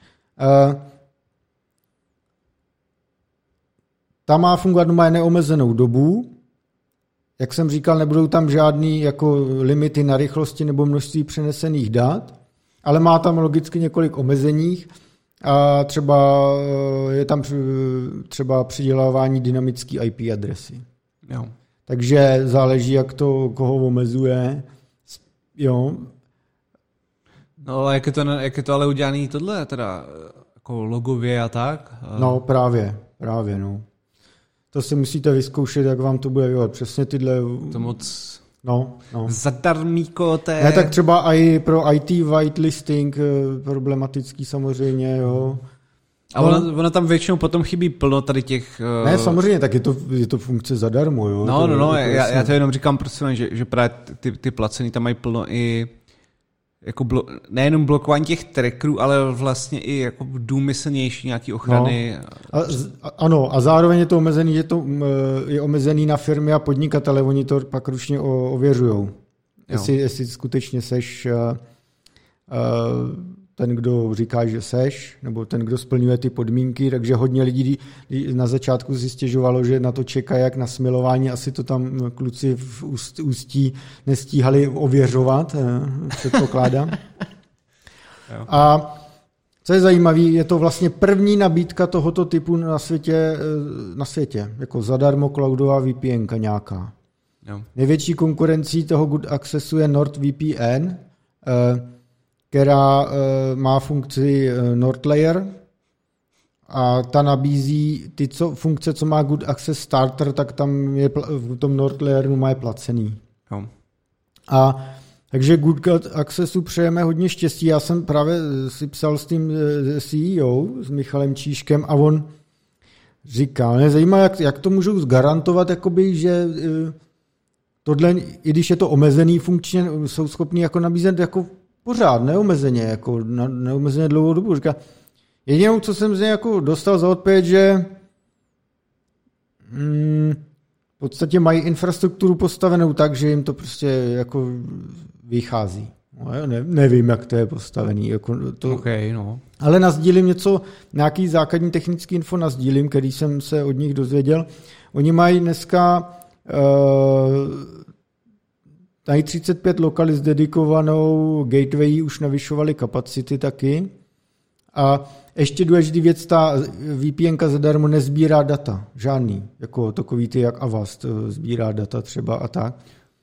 Ta má fungovat doma neomezenou dobu. Jak jsem říkal, nebudou tam žádný jako limity na rychlosti nebo množství přenesených dat, ale má tam logicky několik omezeních a třeba je tam třeba přidělování dynamické IP adresy. Jo. Takže záleží, jak to koho omezuje. Jo. No ale jak je to ale udělané tohle, teda jako logově a tak? No právě, no. To si musíte vyzkoušet, jak vám to bude vyhovovat. Přesně tyhle... To moc... No. Zadarmíko té... Ne, tak třeba i pro IT whitelisting problematický samozřejmě, jo. A ona tam většinou potom chybí plno tady těch... Ne, samozřejmě, tak je to funkce zadarmo, jo. No, já to jenom říkám prostě, že právě ty placený tam mají plno i jako nejenom blokování těch trackerů, ale vlastně i jako důmyslnější nějaký ochrany. No. A zároveň je to omezený, že to je omezený na firmy a podnikatele, oni to pak ručně ověřujou. Jestli skutečně seš ten, kdo říká, že seš, nebo ten, kdo splňuje ty podmínky, takže hodně lidí na začátku si stěžovalo, že na to čekají jak na smilování, asi to tam kluci v Ústí nestíhali ověřovat, předpokládám. A co je zajímavé, je to vlastně první nabídka tohoto typu na světě, jako zadarmo cloudová VPNka nějaká. Jo. Největší konkurencí toho Good Accessu je NordVPN, která má funkci NordLayer a ta nabízí ty funkce, co má Good Access Starter, tak tam je v tom NordLayeru má je placený. Jo. A takže Good Accessu přejeme hodně štěstí. Já jsem právě si psal s tím CEO, s Michalem Číškem, a on říkal, mě zajímá, jak to můžou zgarantovat, jakoby, že tohle, i když je to omezený funkčně, jsou schopní jako nabízet jako pořád, neomezeně, jako neomezeně dlouhou dobu. Říká, jedinou, co jsem z něj jako dostal za odpověď, že v podstatě mají infrastrukturu postavenou tak, že jim to prostě jako vychází. No, já nevím, jak to je postavený. Jako to... Okay, no. Ale nasdílím nějaký základní technický info nasdílím, který jsem se od nich dozvěděl. Oni mají dneska mají 35 lokalic dedikovanou gateway, už navyšovali kapacity taky. A ještě důležitý věc, ta VPNka zadarmo nezbírá data, žádný, jako takový ty jak Avast sbírá data třeba a tak.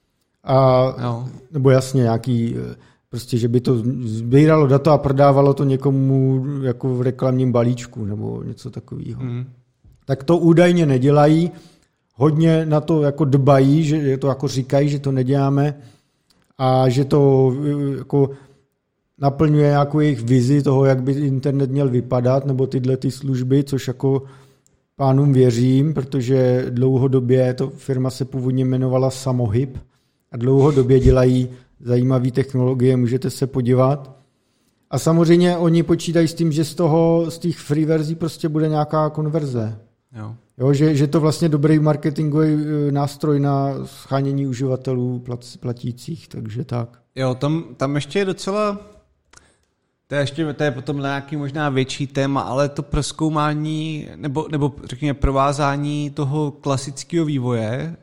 Nebo jasně nějaký, prostě, že by to sbíralo data a prodávalo to někomu jako v reklamním balíčku nebo něco takového. Tak to údajně nedělají, hodně na to jako dbají, že to jako říkají, že to neděláme a že to jako naplňuje nějakou jejich vizi toho, jak by internet měl vypadat, nebo tyhle ty služby, což jako pánům věřím, protože dlouhodobě to firma se původně jmenovala Samohyb a dlouhodobě dělají zajímavé technologie, můžete se podívat. A samozřejmě oni počítají s tím, že z těch free verzí prostě bude nějaká konverze. Jo, že to vlastně dobrý marketingový nástroj na schánění uživatelů platících, takže tak. Jo, tam ještě je docela... To je potom nějaký možná větší téma, ale to prozkoumání nebo řekněme provázání toho klasického vývoje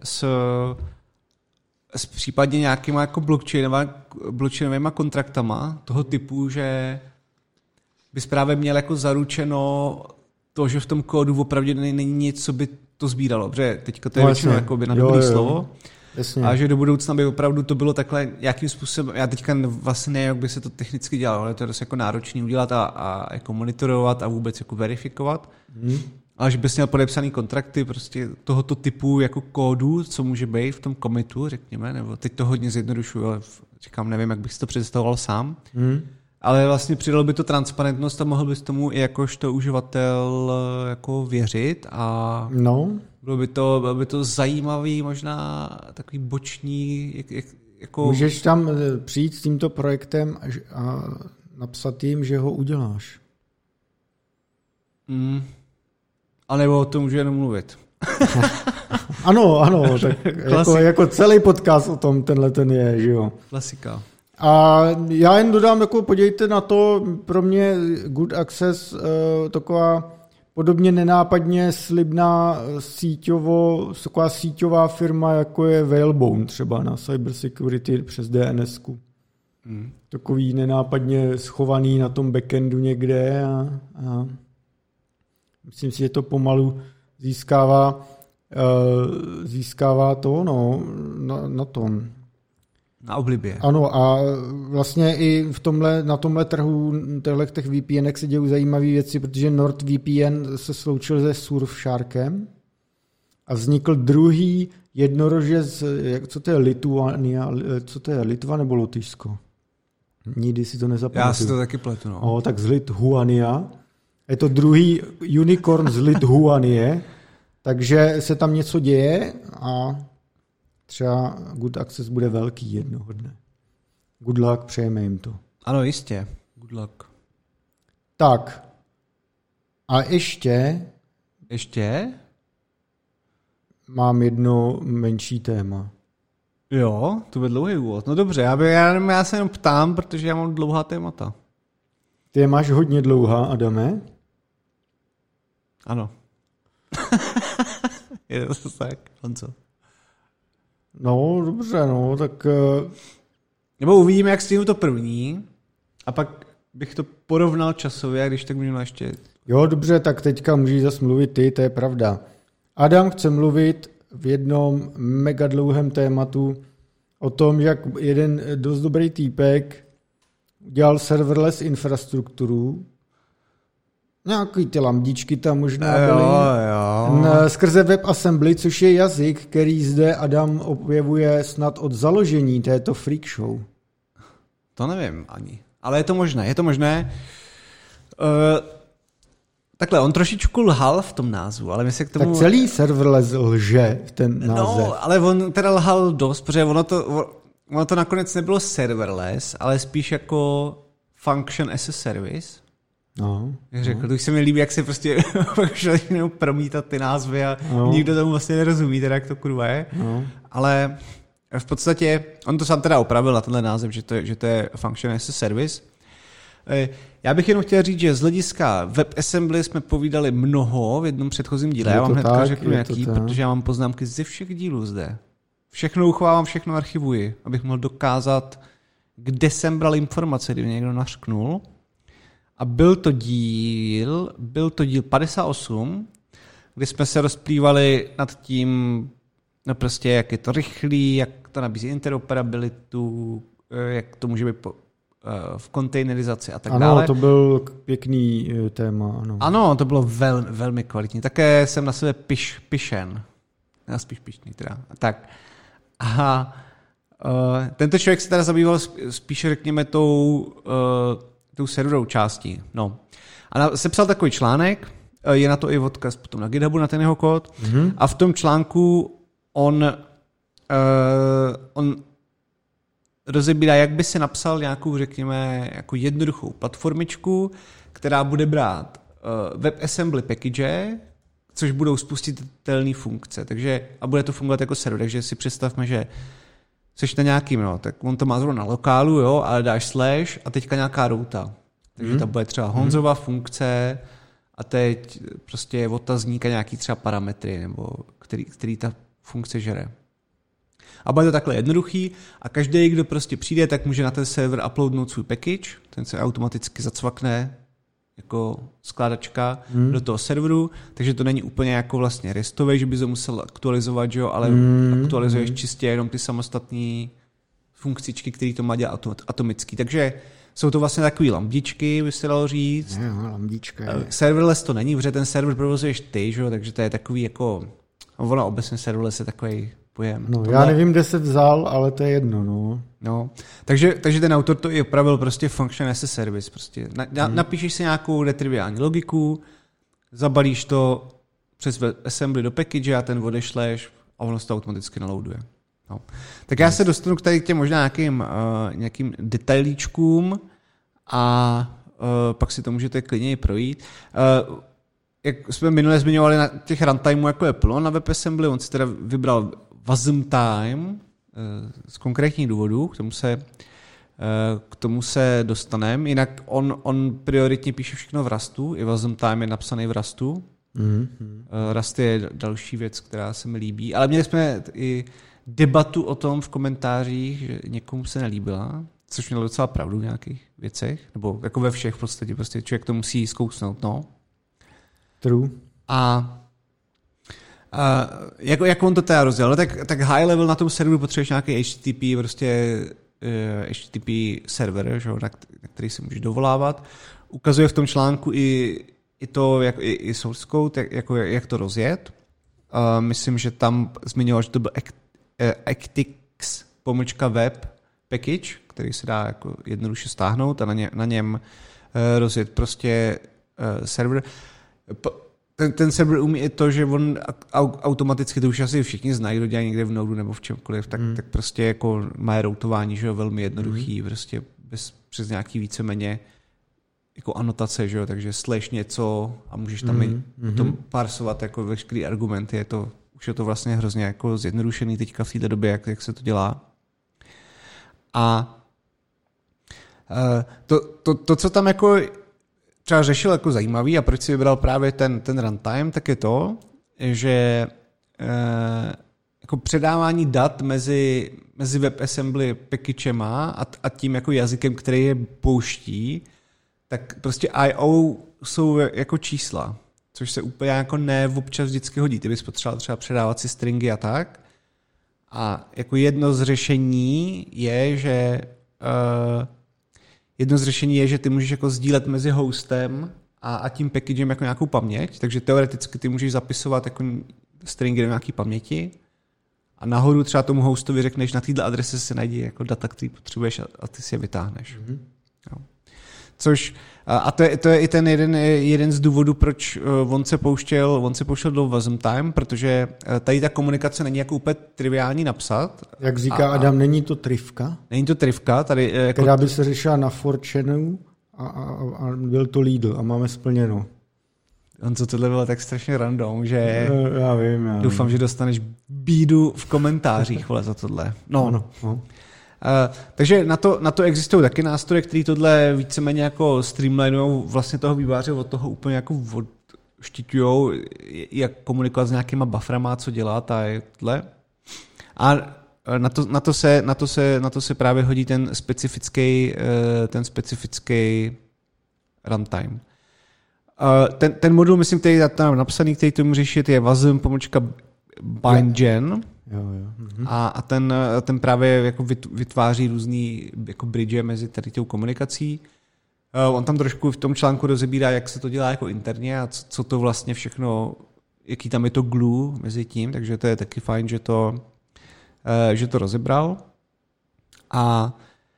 s případně nějakýma jako blockchainovými kontraktama toho typu, že bys právě měl jako zaručeno to, že v tom kódu opravdu není nic, co by to sbíralo. Protože teďka to je většinou jako by na dobrý slovo. Jasně. A že do budoucna by opravdu to bylo takhle nějakým způsobem, já teďka vlastně nevím, jak by se to technicky dělalo, ale to je dost jako náročný udělat a jako monitorovat a vůbec jako verifikovat. Ale že bys měl podepsaný kontrakty prostě tohoto typu jako kódu, co může být v tom commitu, řekněme, nebo teď to hodně zjednodušuju, ale říkám, nevím, jak bych si to představoval sám. Ale vlastně přidalo by to transparentnost a mohl bys tomu i jakožto uživatel jako věřit a bylo by to zajímavý, možná takový boční jako... Můžeš tam přijít s tímto projektem a napsat jim, že ho uděláš. A nebo o tom můžu jenom mluvit. Ano, tak jako celý podcast o tom ten je, že jo. Klasika. A já jen dodám, jako podívejte na to, pro mě Good Access taková podobně nenápadně slibná taková síťová firma, jako je Whalebone třeba na cybersecurity přes DNSku. Takový nenápadně schovaný na tom backendu někde a myslím si, že to pomalu získává to na tom. Na oblibě. Ano a vlastně i na tomhle trhu těch VPNek se dějí zajímavé věci, protože NordVPN se sloučil se Surfsharkem a vznikl druhý jednorožec, co to je Lituania, co to je Litva nebo Lotyšsko? Nikdy si to nezapamatuju. Já si to taky pletu. No. Tak z Lithuania. Je to druhý unicorn z Lithuanie, takže se tam něco děje a třeba Good Access bude velký jednoho dne. Good luck, přejeme jim to. Ano, jistě. Good luck. Tak. A ještě mám jedno menší téma. Jo, to byl dlouhý úvod. No dobře, já se jenom ptám, protože já mám dlouhá témata. Ty je máš hodně dlouhá, Adame? Ano. Je to tak, Honzo. No, dobře, tak... Nebo uvidíme, jak stihnu to první a pak bych to porovnal časově, když tak můžeme ještě... Jo, dobře, tak teďka můžeš zase mluvit ty, to je pravda. Adam chce mluvit v jednom mega dlouhém tématu o tom, jak jeden dost dobrý týpek udělal serverless infrastrukturu. Nějaký ty lamdičky tam možná byly. Skrze WebAssembly, což je jazyk, který zde Adam objevuje snad od založení této freak show. To nevím ani. Ale je to možné. Takhle, on trošičku lhal v tom názvu, ale my se k tomu... Tak celý serverless lže v ten název. No, ale on teda lhal dost, protože ono to nakonec nebylo serverless, ale spíš jako function as a service. Jak řekl, to už se mi líbí, jak se prostě promítat ty názvy a nikdo tomu vlastně nerozumí, teda jak to kurva je. Ale v podstatě, on to sám teda opravil na tenhle název, že to je Function as a Service. Já bych jenom chtěl říct, že z hlediska WebAssembly jsme povídali mnoho v jednom předchozím díle. Já vám hnedka řeknu jaký, protože já mám poznámky ze všech dílů zde. Všechno uchovávám, všechno archivuji, abych mohl dokázat, kde jsem bral informace, kdy mě někdo nařknul. A byl to díl 58, kdy jsme se rozplývali nad tím, no prostě jak je to rychlý, jak to nabízí interoperabilitu, jak to může být v kontejnerizaci a tak dále. Ano, to byl pěkný téma. Ano, to bylo velmi kvalitní. Také jsem na sebe pišen. Já spíš pišný teda. Tak. A tento člověk se teda zabýval spíše, řekněme, tou serverovou částí. No. A sepsal takový článek, je na to i odkaz potom na GitHubu, na ten jeho kód. Mm-hmm. A v tom článku on rozebírá, jak by se napsal nějakou, řekněme, jako jednoduchou platformičku, která bude brát WebAssembly package, což budou spustitelné funkce. Takže, a bude to fungovat jako server. Takže si představme, že seš na nějakým, tak on to má zrovna na lokálu, jo, ale dáš slash a teďka nějaká routa. Takže tam bude třeba Honzova funkce a teď prostě je otazník a nějaký třeba parametry, nebo který ta funkce žere. A bude to takhle jednoduchý a každý, kdo prostě přijde, tak může na ten server uploadnout svůj package, ten se automaticky zacvakne jako skládačka do toho serveru, takže to není úplně jako vlastně restový, že by to musel aktualizovat, jo, ale aktualizuješ čistě jenom ty samostatné funkcičky, které to má dělat atomicky. Takže jsou to vlastně takový lambičky, by se dalo říct. Lambička. Serverless to není, protože ten server provozuješ ty, že? Takže to je takový jako, ono obecně serverless je takový pojem. No, já nevím, kde se vzal, ale to je jedno, no. No, takže ten autor to i opravil prostě function as a service. Prostě napíšeš si nějakou netriviální logiku, zabalíš to přes assembly do package a ten odešleš a ono se to automaticky naloaduje. No. Tak já se dostanu k tady těm možná nějakým detailíčkům a pak si to můžete klidně projít. Jak jsme minule zmiňovali, na těch runtimeů jako je plno na WebAssembly, on si teda vybral WasmTime z konkrétních důvodů, k tomu se dostaneme. Jinak on prioritně píše všechno v Rustu, i WasmTime je napsaný v Rustu. Rust je další věc, která se mi líbí, ale měli jsme i debatu o tom v komentářích, že někomu se nelíbila, což mělo docela pravdu v nějakých věcech, nebo jako ve všech v podstatě, prostě člověk to musí zkousnout, no. True. A jak on to teda rozdělal? No, tak high level na tom serveru potřebuješ nějaký HTTP, prostě HTTP server, že, na který si můžeš dovolávat. Ukazuje v tom článku i to, i source code, jak to rozjet. Myslím, že tam zmiňoval, že to byl Actix-web package, který se dá jako jednoduše stáhnout a na něm rozjet prostě server. Ten server umí i to, že on automaticky, to už asi všichni znají, kdo dělají někde v Node nebo v čemkoliv, tak prostě jako má routování, že jo, velmi jednoduchý, prostě přes nějaký víceméně jako anotace, že jo, takže slash něco a můžeš tam i tom parsovat jako veškerý argumenty, už je to vlastně hrozně jako zjednodušený teďka v této době, jak se to dělá. A to, co tam jako třeba řešil jako zajímavý a proč si vybral právě ten runtime, tak je to, že jako předávání dat mezi WebAssembly packagema a tím jako jazykem, který je pouští, tak prostě I.O. jsou jako čísla, což se úplně jako občas vždycky hodí. Ty bys potřeboval třeba předávat si stringy a tak. A jako jedno z řešení je, že ty můžeš jako sdílet mezi hostem a tím packagem jako nějakou paměť, takže teoreticky ty můžeš zapisovat jako stringy do nějaké paměti a nahoru třeba tomu hostovi řekneš, na této adrese se najdi jako data, který potřebuješ a ty si je vytáhneš. Jo. Což, a to je i ten jeden z důvodů, proč on se pouštěl do WasmTime, protože tady ta komunikace není jako úplně triviální napsat. Jak říká Adam, není to trivka? Není to trivka. Tady, jako která by se řešila na 4chanu a byl to Lidl a máme splněno. Honzo, tohle bylo tak strašně random, že já vím. Doufám, že dostaneš bídu v komentářích, vole, za tohle. No. Takže na to existují taky nástroje, které tohle víceméně jako streamlinujou vlastně toho vývojáře od toho úplně jako odštiťujou, jak komunikovat s nějakýma bufferama, co dělat a tohle. A na to se právě hodí ten specifický runtime. Ten modul, myslím, který je tam napsaný, který tomu řešit, je wasm.bindgen. A ten právě jako vytváří různý jako bridge mezi tady tou komunikací. On tam trošku v tom článku rozebírá, jak se to dělá jako interně a co to vlastně všechno, jaký tam je to glue mezi tím, takže to je taky fajn, že to rozebral. A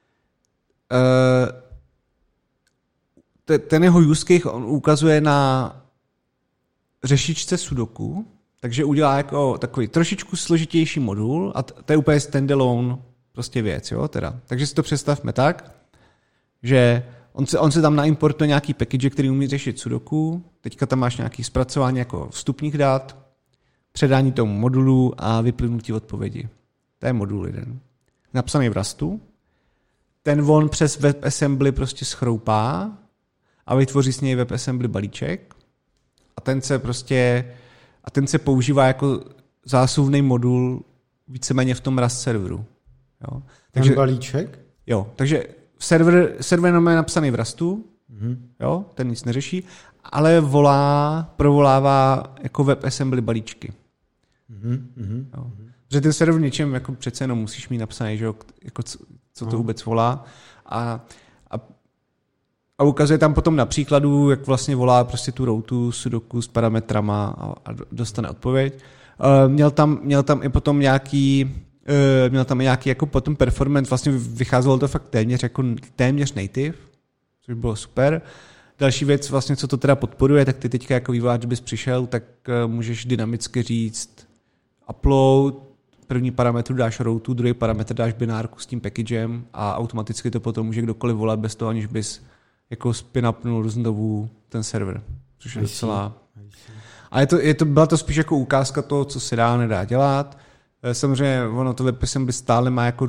ten jeho use case on ukazuje na řešičce sudoku, takže udělá jako takový trošičku složitější modul a to je úplně standalone prostě věc, jo, teda. Takže si to představme tak, že on se tam naimportuje nějaký package, který umí řešit sudoku, teďka tam máš nějaký zpracování jako vstupních dat, předání tomu modulu a vyplynutí odpovědi. To je modul jeden. Napsaný v Rustu. Ten on přes WebAssembly prostě schroupá a vytvoří s něj WebAssembly balíček a ten se používá jako zásuvný modul víceméně v tom Rust serveru. Jo. Takže balíček? Jo, takže server je napsaný v Rustu, jo, ten nic neřeší, ale provolává jako WebAssembly balíčky. Jo. Protože ten server něčem jako přece jenom musíš mít napsaný, že jo, jako co to vůbec volá. A ukazuje tam potom na příkladu, jak vlastně volá prostě tu routu sudoku s parametrama a dostane odpověď. Měl tam i potom nějaký jako potom performance, vlastně vycházelo to fakt téměř native, což bylo super. Další věc, vlastně, co to teda podporuje, tak ty teďka jako vývojář bys přišel, tak můžeš dynamicky říct upload, první parametru dáš routu, druhý parametr dáš binárku s tím packagem a automaticky to potom může kdokoliv volat bez toho, aniž bys jako spin-upnul znovu ten server, což je docela... A byla to spíš jako ukázka toho, co se dá, nedá dělat. Samozřejmě ono to WebAssembly stále má jako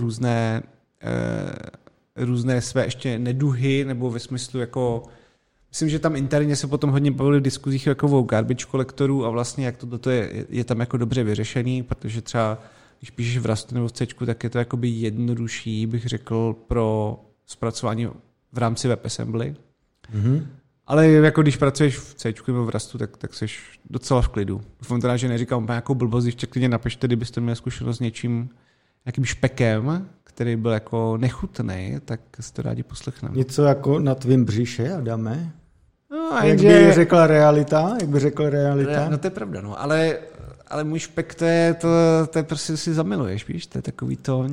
různé své ještě neduhy, nebo ve smyslu jako... Myslím, že tam interně se potom hodně bavili v diskuzích jako o garbage kolektoru a vlastně jak to je tam jako dobře vyřešený, protože třeba když píšeš v Rustu nebo v C, tak je to jakoby jednodušší, bych řekl, pro zpracování v rámci WebAssembly. Ale jako když pracuješ v C nebo v Rustu, tak jsi docela v klidu. Doufám teda, že neříkám nějakou blbost, když klidně napište, kdybyste měli zkušenost s nějakým špekem, který byl jako nechutnej, tak si to rádi poslechneme. Něco jako na tvým břiše, Adame? No, jak by řekla realita? No to je pravda, no, ale můj špek, to je prostě si zamiluješ, víš, to je takový to...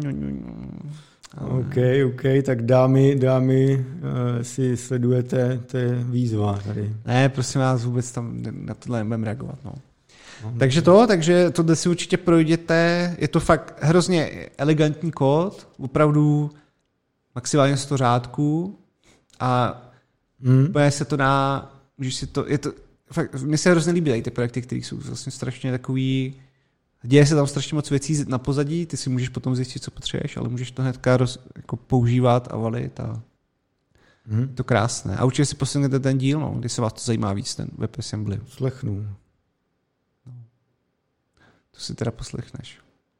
OK, tak dámy, si sledujete, to je výzva tady. Ne, prosím vás, vůbec tam na tohle nebudeme reagovat, no. Takže tohle si určitě projděte, je to fakt hrozně elegantní kód, opravdu maximálně 100 řádků a úplně se to dá, můžeš si to, je to, fakt, mně se hrozně líbí ty projekty, které jsou vlastně strašně takový, děje se tam strašně moc věcí na pozadí, ty si můžeš potom zjistit, co potřebuješ, ale můžeš to hnedka jako používat a valit a je to krásné. A určitě si poslechněte ten díl, no, když se vás to zajímá víc, ten WebAssembly. Slechnu. To si teda poslechneš.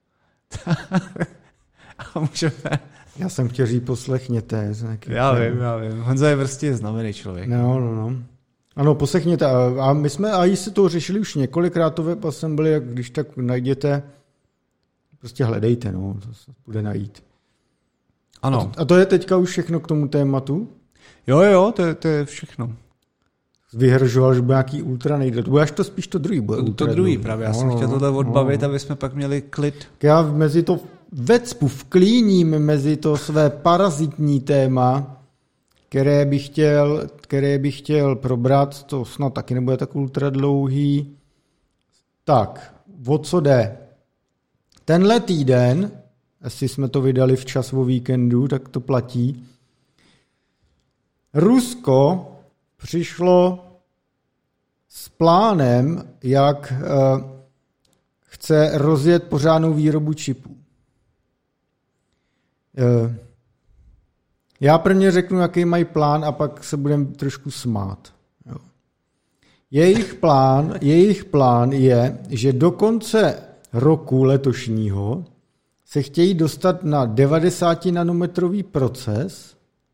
A můžeme... Já jsem chtěl říct poslechněte. Já vím. Honza je prostě znamený člověk. No. Ano, poslechněte. A my jsme si to řešili už několikrát to WebAssembly, jak když tak najděte, prostě hledejte, no, to se bude najít. Ano. A to je teďka už všechno k tomu tématu? Jo, to je všechno. Vyhržoval, že bude nějaký ultra nejde. To bude až to spíš to druhý. To druhý právě. Já jsem chtěl tohle odbavit, aby jsme pak měli klid. Já mezi to vklíním mezi to své parazitní téma, které bych chtěl probrat, to snad taky nebude tak ultra dlouhý. Tak, o co jde? Tenhle týden, jestli jsme to vydali včas o víkendu, tak to platí. Rusko přišlo s plánem, jak chce rozjet pořádnou výrobu čipů. Já prvně řeknu, jaký mají plán a pak se budeme trošku smát. Jo. Jejich plán je, že do konce roku letošního se chtějí dostat na 90 nanometrový proces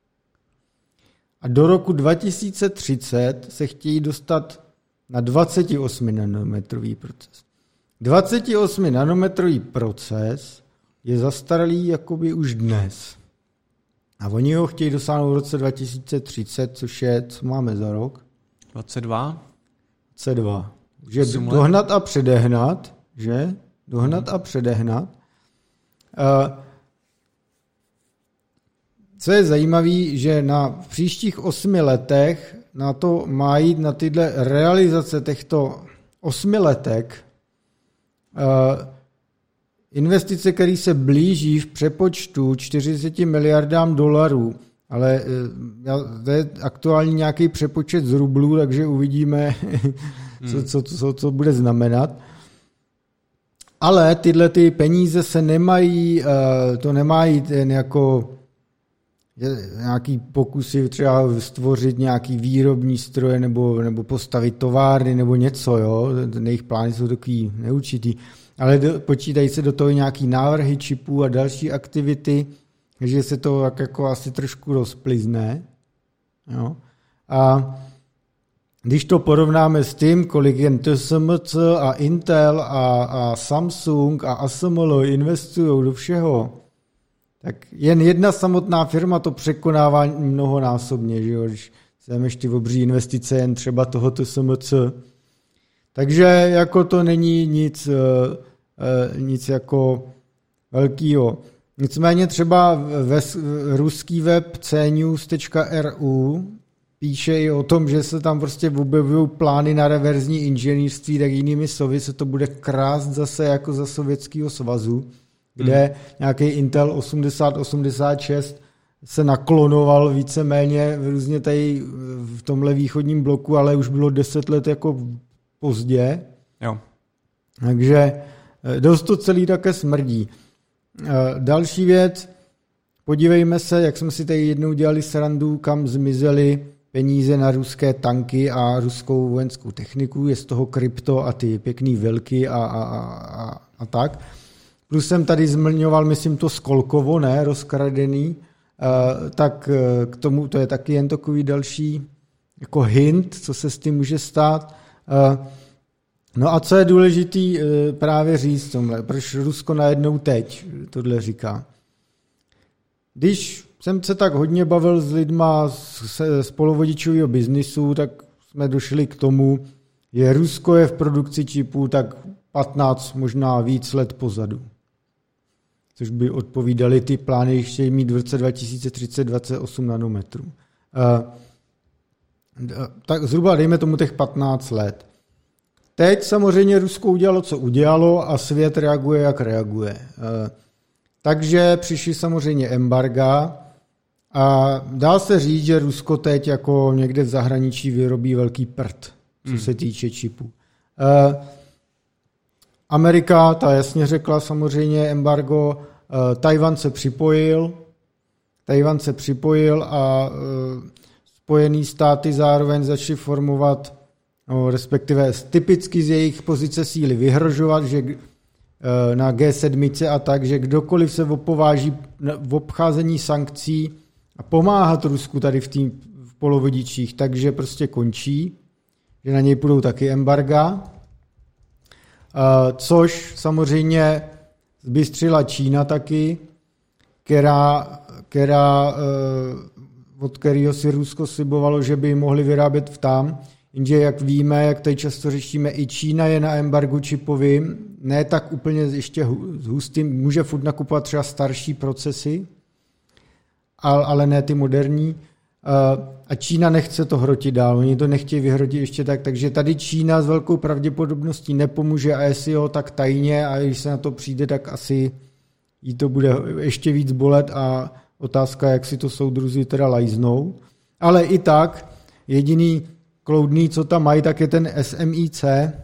a do roku 2030 se chtějí dostat na 28 nanometrový proces. 28 nanometrový proces je zastaralý jakoby už dnes. A oni ho chtějí dosáhnout v roce 2030, což je, co máme za rok? 22. Že dohnat a předehnat, že? Dohnat a předehnat. Co je zajímavé, že v příštích 8 letech na to má jít, na tyhle realizace těchto 8 letek, investice, které se blíží v přepočtu 40 miliardám dolarů, ale to je aktuální nějaký přepočet z rublů, takže uvidíme, co bude znamenat. Ale tyhle ty peníze se nemají, to nemá jít jen jako nějaký pokusy třeba stvořit nějaký výrobní stroje nebo postavit továrny nebo něco, jo. Jejich plány jsou takový neurčitý. Ale počítají se do toho nějaký návrhy čipů a další aktivity, takže se to jako asi trošku rozplizne. Jo. A když to porovnáme s tím, kolik jen TSMC a Intel a Samsung a ASML investují do všeho, tak jen jedna samotná firma to překonává mnohonásobně, že jo? Když vezmeš ty obří investice jen třeba toho TSMC. Takže jako to není nic jako velkýho. Nicméně třeba ruský web cnews.ru píše i o tom, že se tam prostě objevují plány na reverzní inženýrství, tak jinými slovy se to bude krást zase jako za Sovětského svazu, kde nějaký Intel 8086 se naklonoval víceméně různě tady v tomhle východním bloku, ale už bylo 10 let jako pozdě. Jo. Takže dost to celý také smrdí. Další věc, podívejme se, jak jsme si tady jednou dělali srandu, kam zmizely peníze na ruské tanky a ruskou vojenskou techniku, je z toho krypto a ty pěkný vilky a tak. Plus jsem tady zmiňoval, myslím, to Skolkovo, ne, rozkradený, tak k tomu to je taky jen takový další jako hint, co se s tím může stát. No a co je důležitý právě říct tomhle, proč Rusko najednou teď tohle říká. Když jsem se tak hodně bavil s lidma z polovodičového biznisu, tak jsme došli k tomu, že Rusko je v produkci čipů tak 15, možná víc let pozadu. Což by odpovídaly ty plány, že chtějí mít v roce 2030 28 nanometrů. Tak zhruba dejme tomu těch 15 let. Teď samozřejmě Rusko udělalo, co udělalo a svět reaguje, jak reaguje. Takže přišly samozřejmě embarga a dá se říct, že Rusko teď jako někde v zahraničí vyrobí velký prd, co se týče čipů. Amerika, ta jasně řekla samozřejmě embargo, Tajvan se připojil a Spojené státy zároveň začaly formovat, respektive typicky z jejich pozice síly vyhrožovat, že na G7 a tak, že kdokoliv se opováží v obcházení sankcí a pomáhat Rusku tady v polovodičích, takže prostě končí, že na něj půjdou taky embarga, což samozřejmě zbystřila Čína taky, od kterého si Rusko slibovalo, že by mohli vyrábět tam, jenže jak víme, jak tady často řešíme, i Čína je na embargu čipovým, ne tak úplně ještě hustým, může furt nakupovat třeba starší procesy, ale ne ty moderní. A Čína nechce to hrotit dál, oni to nechtějí vyhrotit ještě tak, takže tady Čína s velkou pravděpodobností nepomůže a jestli jo, tak tajně a když se na to přijde, tak asi jí to bude ještě víc bolet a otázka, jak si to soudruzi teda lajznou. Ale i tak jediný kloudný, co tam mají, tak je ten SMIC,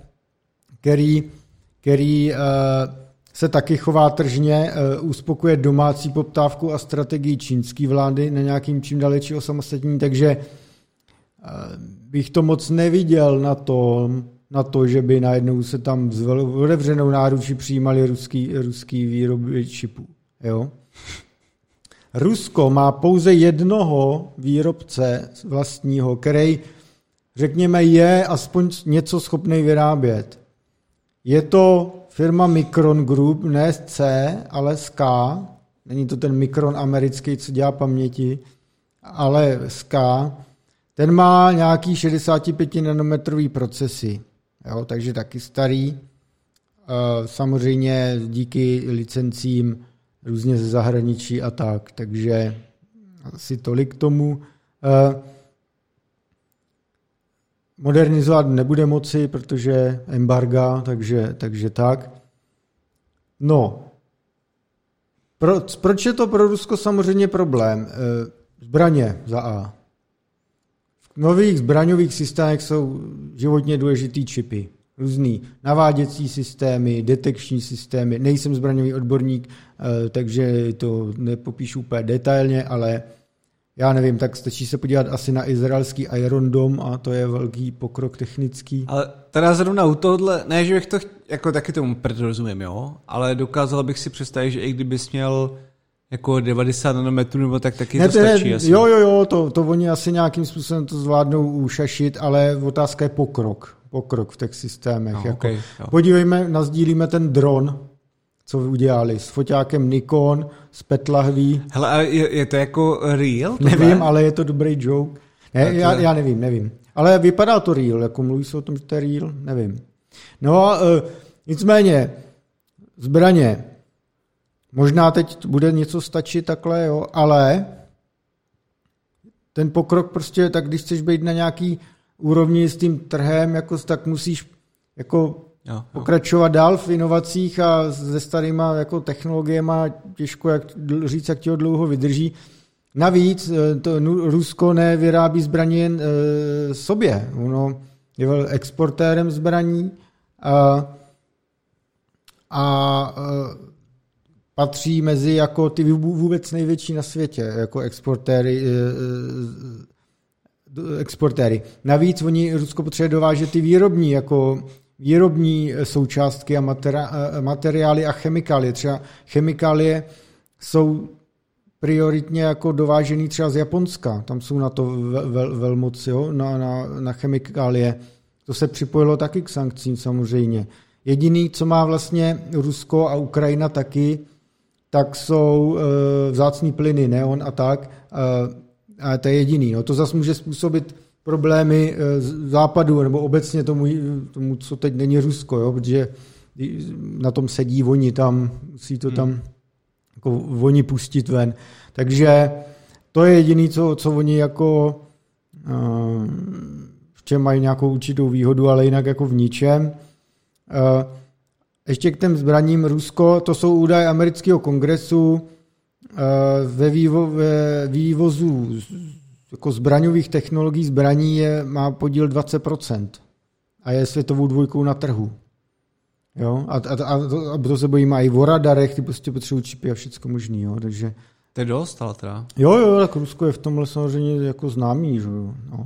který se taky chová tržně, uspokuje domácí poptávku a strategii čínské vlády na nějakým čím dál větší osamostatnění, takže bych to moc neviděl na to, že by najednou se tam s otevřenou náručí přijímali ruský výroby čipů. Jo? Rusko má pouze jednoho výrobce vlastního, který, řekněme, je aspoň něco schopný vyrábět. Je to firma Micron Group, ne C, ale SK. Není to ten Micron americký, co dělá paměti, ale SK. Ten má nějaký 65 nanometrový procesy, jo, takže taky starý. Samozřejmě díky licencím různě ze zahraničí a tak, takže asi tolik k tomu. Modernizovat nebude moci, protože embarga, takže tak. No, proč je to pro Rusko samozřejmě problém? Zbraně za A. V nových zbraňových systémech jsou životně důležitý čipy. Různý naváděcí systémy, detekční systémy. Nejsem zbraňový odborník, takže to nepopíšu úplně detailně, ale já nevím, tak stačí se podívat asi na izraelský Iron Dome a to je velký pokrok technický. Ale teda zrovna u tohohle, ne, že bych to jako taky tomu rozumím, jo, ale dokázal bych si představit, že i kdybys měl jako 90 nanometrů nebo tak taky ne, to stačí asi. Jo, to oni asi nějakým způsobem to zvládnou ušašit, ale otázka je pokrok v těch systémech. No, jako. Okay, podívejme, nazdílíme ten dron, co udělali s foťákem Nikon, z PET lahví. Hele, a je to jako real? Nevím, ale je to dobrý joke. Ne, já nevím. Ale vypadá to real, jako mluví se o tom, že to je real, nevím. No a nicméně, zbraně. Možná teď bude něco stačit takhle, jo, ale ten pokrok prostě, tak když chceš být na nějaký úrovni s tím trhem, jako, tak musíš jako pokračovat dál v inovacích a se starýma jako technologiema těžko říct, jak ti ho dlouho vydrží. Navíc Rusko nevyrábí zbraně jen sobě. Ono je exportérem zbraní a patří mezi jako ty vůbec největší na světě, jako exportéry. Navíc Rusko potřebuje dovážet ty výrobní součástky a materiály a chemikálie. Třeba chemikálie jsou prioritně jako dovážený třeba z Japonska. Tam jsou na to velmoc, jo, na chemikálie. To se připojilo taky k sankcím samozřejmě. Jediný, co má vlastně Rusko a Ukrajina taky, tak jsou vzácný plyny, neon a tak. A to je jediný. No. To zase může způsobit problémy západu, nebo obecně tomu, co teď není Rusko, jo, protože na tom sedí oni tam, musí to tam jako oni pustit ven. Takže to je jediný, co oni jako v čem mají nějakou určitou výhodu, ale jinak jako v ničem. Ještě k těm zbraním Rusko, to jsou údaje amerického kongresu, ve vývozu jako zbraňových technologií zbraní má podíl 20% a je světovou dvojkou na trhu. Jo? A to se bojíme i o radarech, ty prostě potřebují čipy a všecko možný. Jo? Takže to je dost, ale teda. Jo, tak Rusko je v tomhle samozřejmě jako známý. Že? No.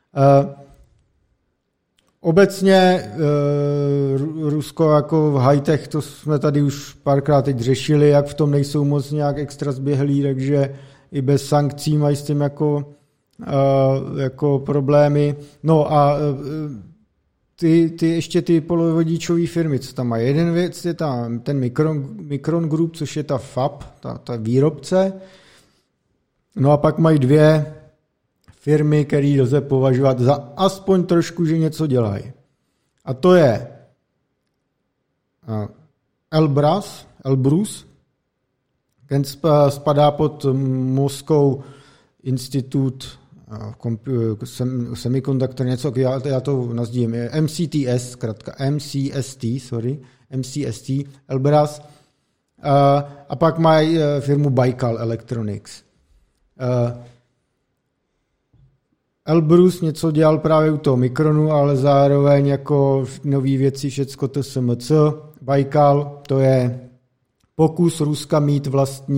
Obecně Rusko jako v high-tech, to jsme tady už párkrát teď řešili, jak v tom nejsou moc nějak extra zběhlí, takže i bez sankcí mají s tím jako problémy. No a ještě ty polovodičové firmy, co tam mají. Jeden věc je ten Micron Group, což je ta FAB, ta výrobce. No a pak mají dvě firmy, které lze považovat za aspoň trošku, že něco dělají. A to je Elbrus, ten spadá pod Moscow Institute Semiconductor, něco, já to nazdívím, MCST, Elbrus. A pak mají firmu Baikal Electronics. Elbrus něco dělal právě u toho Mikronu, ale zároveň jako nový věci všecko TSMC. Baikal, to je pokus Ruska mít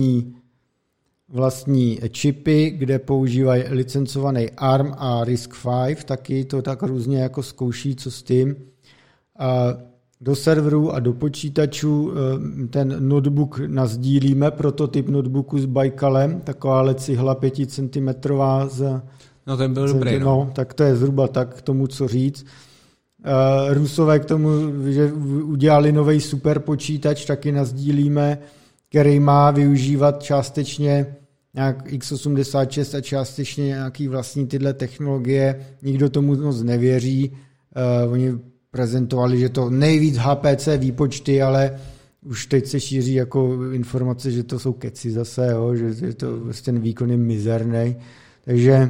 vlastní čipy, kde používají licencovaný ARM a RISC-V, taky to tak různě jako zkouší, co s tím. A do serverů a do počítačů ten notebook nasdílíme, prototyp notebooku s Baikalem, taková cihla 5 cm No ten byl dobrý. No, tak to je zhruba tak k tomu, co říct. Rusové k tomu, že udělali nový super počítač, taky nasdílíme, který má využívat částečně nějak x86 a částečně nějaký vlastní tyhle technologie. Nikdo tomu moc nevěří. Oni prezentovali, že to nejvíc HPC výpočty, ale už teď se šíří jako informace, že to jsou keci zase, jo, že to vlastně ten výkon je mizerný. Takže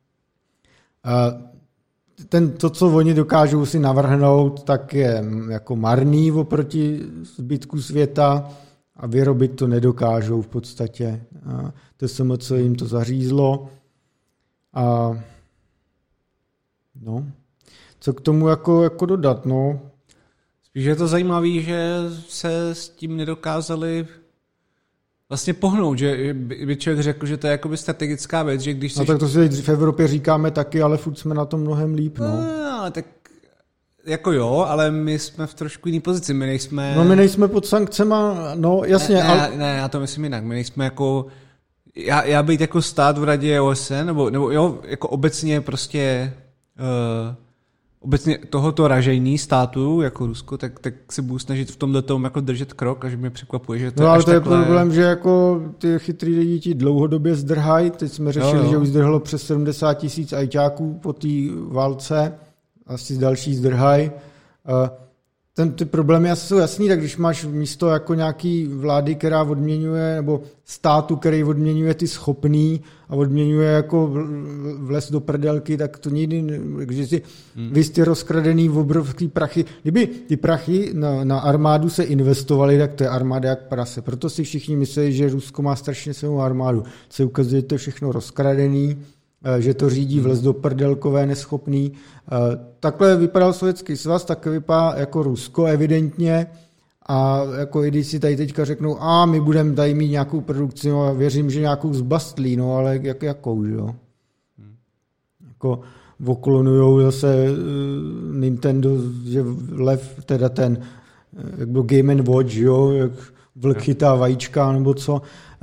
to, co oni dokážou si navrhnout, tak je jako marný oproti zbytku světa a vyrobit to nedokážou v podstatě. TSMC jim to zařízlo. A no, co k tomu jako dodat, no? Spíš je to zajímavé, že se s tím nedokázali vlastně pohnout, že by člověk řekl, že to je jakoby strategická věc, že když No tak to si v Evropě říkáme taky, ale furt jsme na tom mnohem líp, no. No, tak jako jo, ale my jsme v trošku jiný pozici, my nejsme... No my nejsme pod sankcema, no jasně. Ne, já to myslím jinak, my nejsme jako... Já být jako stát v radě OSN, nebo jo, jako obecně prostě... obecně tohoto ražení státu, jako Rusko, tak se budu snažit v tomhle tomu jako držet krok, až mě překvapuje, že to no, je ale až to takhle... je problém, že jako ty chytrý lidi ti dlouhodobě zdrhají. Teď jsme řešili, že už zdrhlo přes 70 000 ajťáků po té válce, asi další zdrhají. Ty problémy jsou jasný, tak když máš místo jako nějaký vlády, která odměňuje, nebo státu, který odměňuje ty schopný a odměňuje jako vles do prdelky, tak to nikdy, když si vy ty rozkradený obrovský prachy, kdyby ty prachy na armádu se investovaly, tak to je armáda jak prase. Proto si všichni myslí, že Rusko má strašně silnou armádu. Se ukazuje, že to je všechno rozkradený, že to řídí vles do prdelkové neschopný. Takhle vypadal Sovětský svaz, tak vypadá jako Rusko evidentně a jako i když si tady teďka řeknou, my budeme tady mít nějakou produkci, no a věřím, že nějakou zbastlí, no ale jakou, jo. Jako oklonujou zase Nintendo, že lev, teda ten, jak byl Game & Watch, jo, jak vlk chytá vajíčka, nebo co.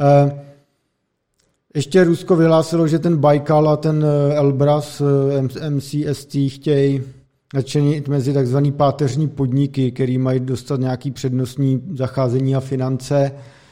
Ještě Rusko vyhlásilo, že ten Baikal a ten Elbrus MCST chtějí začlenit mezi takzvaný páteřní podniky, který mají dostat nějaký přednostní zacházení a finance.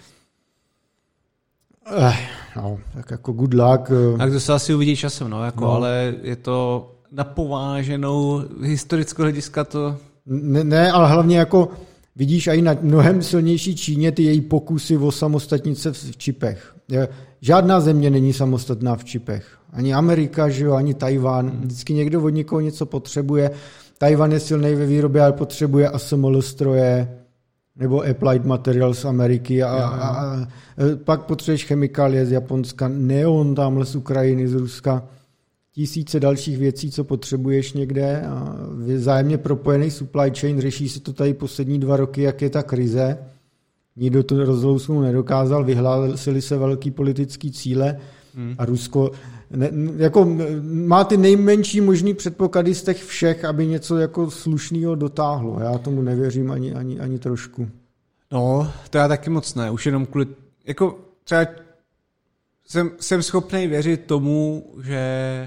No, tak jako good luck. Tak to se asi uvidí časem, no, jako, no. Ale je to na pováženou historického hlediska to... Ne, ale hlavně jako vidíš i na mnohem silnější Číně ty její pokusy o samostatnit se v čipech. Žádná země není samostatná v čipech. Ani Amerika, že jo, ani Tajvan. Vždycky někdo od někoho něco potřebuje. Tajvan je silný ve výrobě, ale potřebuje ASML stroje nebo Applied Materials z Ameriky a pak potřebuješ chemikálie z Japonska, neon tamhle z Ukrajiny, z Ruska. Tisíce dalších věcí, co potřebuješ někde. A vzájemně propojený supply chain, řeší se to tady poslední 2 roky, jak je ta krize. Nikdo to rozlousnout nedokázal, vyhlásili se velký politický cíle a Rusko jako má ty nejmenší možný předpoklady z těch všech, aby něco jako slušného dotáhlo. Já tomu nevěřím ani trošku. No, to já taky moc ne. Už jenom kvůli, jako třeba jsem schopný věřit tomu, že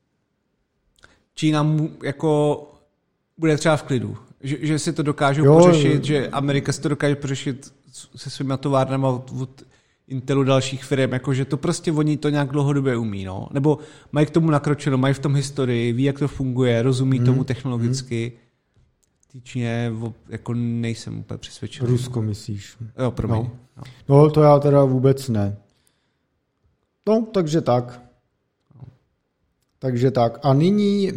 Čína jako bude třeba v klidu. Že si to dokážou pořešit, že Amerika si to dokáže pořešit se svýma továrnama od Intelu dalších firm, jakože to prostě oni to nějak dlouhodobě umí, no. Nebo mají k tomu nakročeno, mají v tom historii, ví, jak to funguje, rozumí tomu technologicky. Číně jako nejsem úplně přesvědčený. Rusko myslíš? Jo, promiň. No, to já teda vůbec ne. No, takže tak. Takže tak. A nyní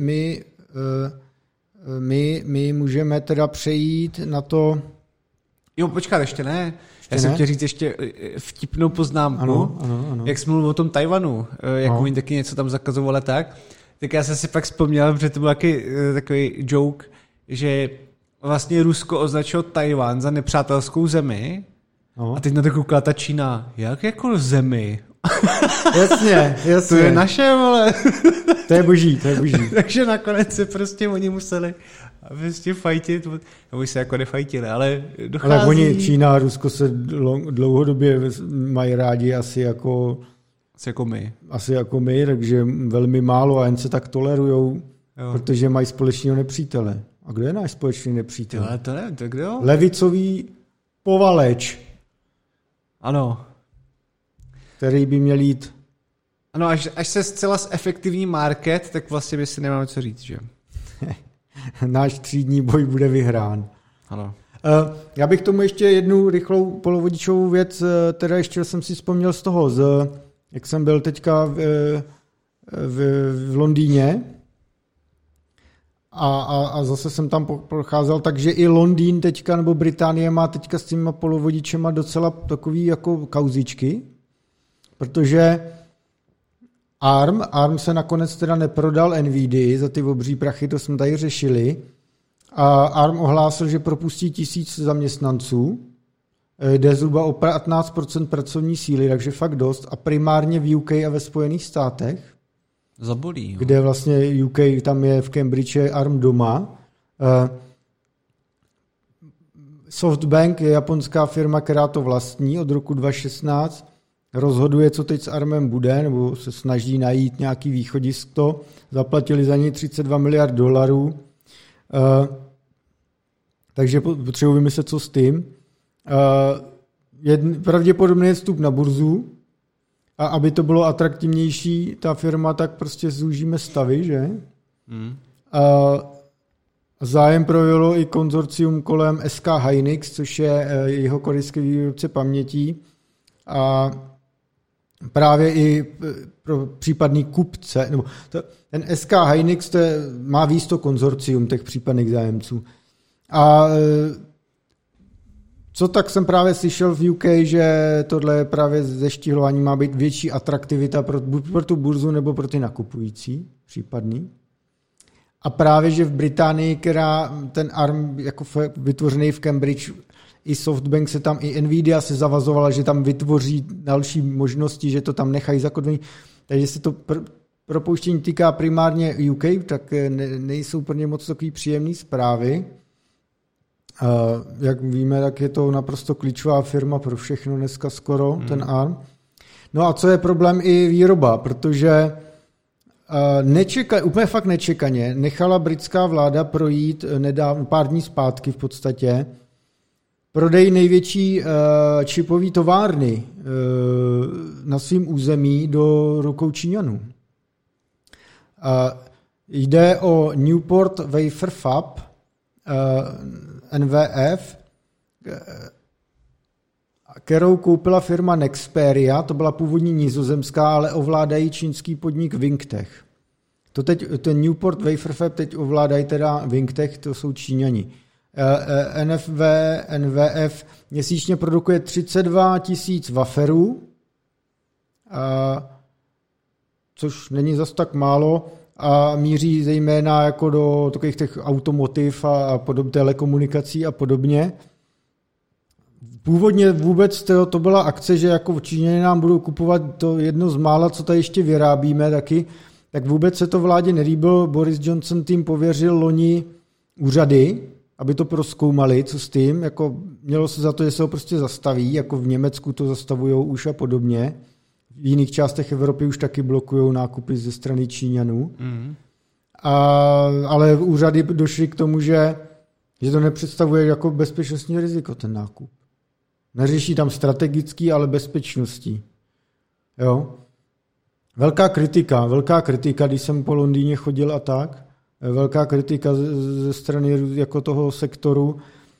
my můžeme teda přejít na to... Jo, počkat, ještě ne. Já jsem chtěl říct ještě vtipnou poznámku. Ano. Jak jsi mluvil o tom Tajvanu, jak oni taky něco tam zakazovali tak Tak já jsem si pak vzpomněl, protože to byl takový joke, že vlastně Rusko označilo Tajvan za nepřátelskou zemi a teď na to koukala ta Čína, jak jako zemi? Jasně. To je naše, vole. To je boží. Takže nakonec se prostě oni museli prostě fajtit, nebo se jako nefajtili, ale dochází... Ale oni, Čína a Rusko se dlouhodobě mají rádi asi jako my, takže velmi málo a jen se tak tolerujou, protože mají společného nepřítele. A kdo je náš společný nepřítel? Ale to nevím, to kdo? Levicový povaleč. Ano. Který by měl jít... Ano, až se zcela zefektivní market, tak vlastně by si nemáme co říct, že? Náš třídní boj bude vyhrán. Ano. Já bych tomu ještě jednu rychlou polovodičovou věc, teda ještě jsem si vzpomněl z toho, jak jsem byl teďka v Londýně a zase jsem tam procházel, takže i Londýn teďka, nebo Británie má teďka s těma polovodičema docela takový jako kauzičky, protože ARM se nakonec teda neprodal NVIDii za ty obří prachy, to jsme tady řešili. A ARM ohlásil, že propustí 1000 zaměstnanců. Jde zhruba o 15% pracovní síly, takže fakt dost. A primárně v UK a ve Spojených státech. Zabolí. Jo. Kde vlastně UK, tam je v Cambridge ARM doma. Softbank je japonská firma, která to vlastní od roku 2016. Rozhoduje, co teď s ARMem bude, nebo se snaží najít nějaký východisko. Zaplatili za něj $32 miliard. Takže potřebuji vymyslet, co s tím. Pravděpodobně je vstup na burzu a aby to bylo atraktivnější, ta firma, tak prostě zúžíme stavy, že? Zájem projevilo i konzorcium kolem SK Hynix, což je jeho korejský výrobce pamětí a právě i pro případný kupce, nebo ten SK Hynix má víc to konzorcium těch případných zájemců. A co tak jsem právě slyšel v UK, že tohle právě zeštihování má být větší atraktivita pro tu burzu nebo pro ty nakupující případný. A právě, že v Británii, která ten ARM jako vytvořený v Cambridge, i Softbank se tam, i Nvidia se zavazovala, že tam vytvoří další možnosti, že to tam nechají zakotvený. Takže se to propouštění týká primárně UK, tak nejsou pro ně moc takový příjemný zprávy. Jak víme, tak je to naprosto klíčová firma pro všechno dneska skoro, ten ARM. No a co je problém i výroba, protože úplně fakt nečekaně nechala britská vláda projít pár dní zpátky v podstatě prodej největší čipové továrny na svém území do rukou Číňanů. Jde o Newport Wafer Fab, NWF, kterou koupila firma Nexperia, to byla původní nizozemská, ale ovládají čínský podnik Wingtech. Ten Newport Wafer Fab teď ovládají teda Wingtech, to jsou Číňani. NWF měsíčně produkuje 32 000 waferů, což není zas tak málo, a míří zejména jako do takových těch automotiv a telekomunikací a podobně. Původně vůbec to byla akce, že jako Číňané nám budou kupovat to jedno z mála, co tady ještě vyrábíme taky, tak vůbec se to vládě nelíbilo. Boris Johnson tím pověřil loni úřady, aby to prozkoumali, co s tím. Jako mělo se za to, že se ho prostě zastaví, jako v Německu to zastavujou už a podobně. V jiných částech Evropy už taky blokují nákupy ze strany Číňanů. Ale úřady došly k tomu, že to nepředstavuje jako bezpečnostní riziko, ten nákup. Neřeší tam strategický, ale bezpečností. Jo? Velká kritika, když jsem po Londýně chodil a tak. Velká kritika ze strany jako toho sektoru.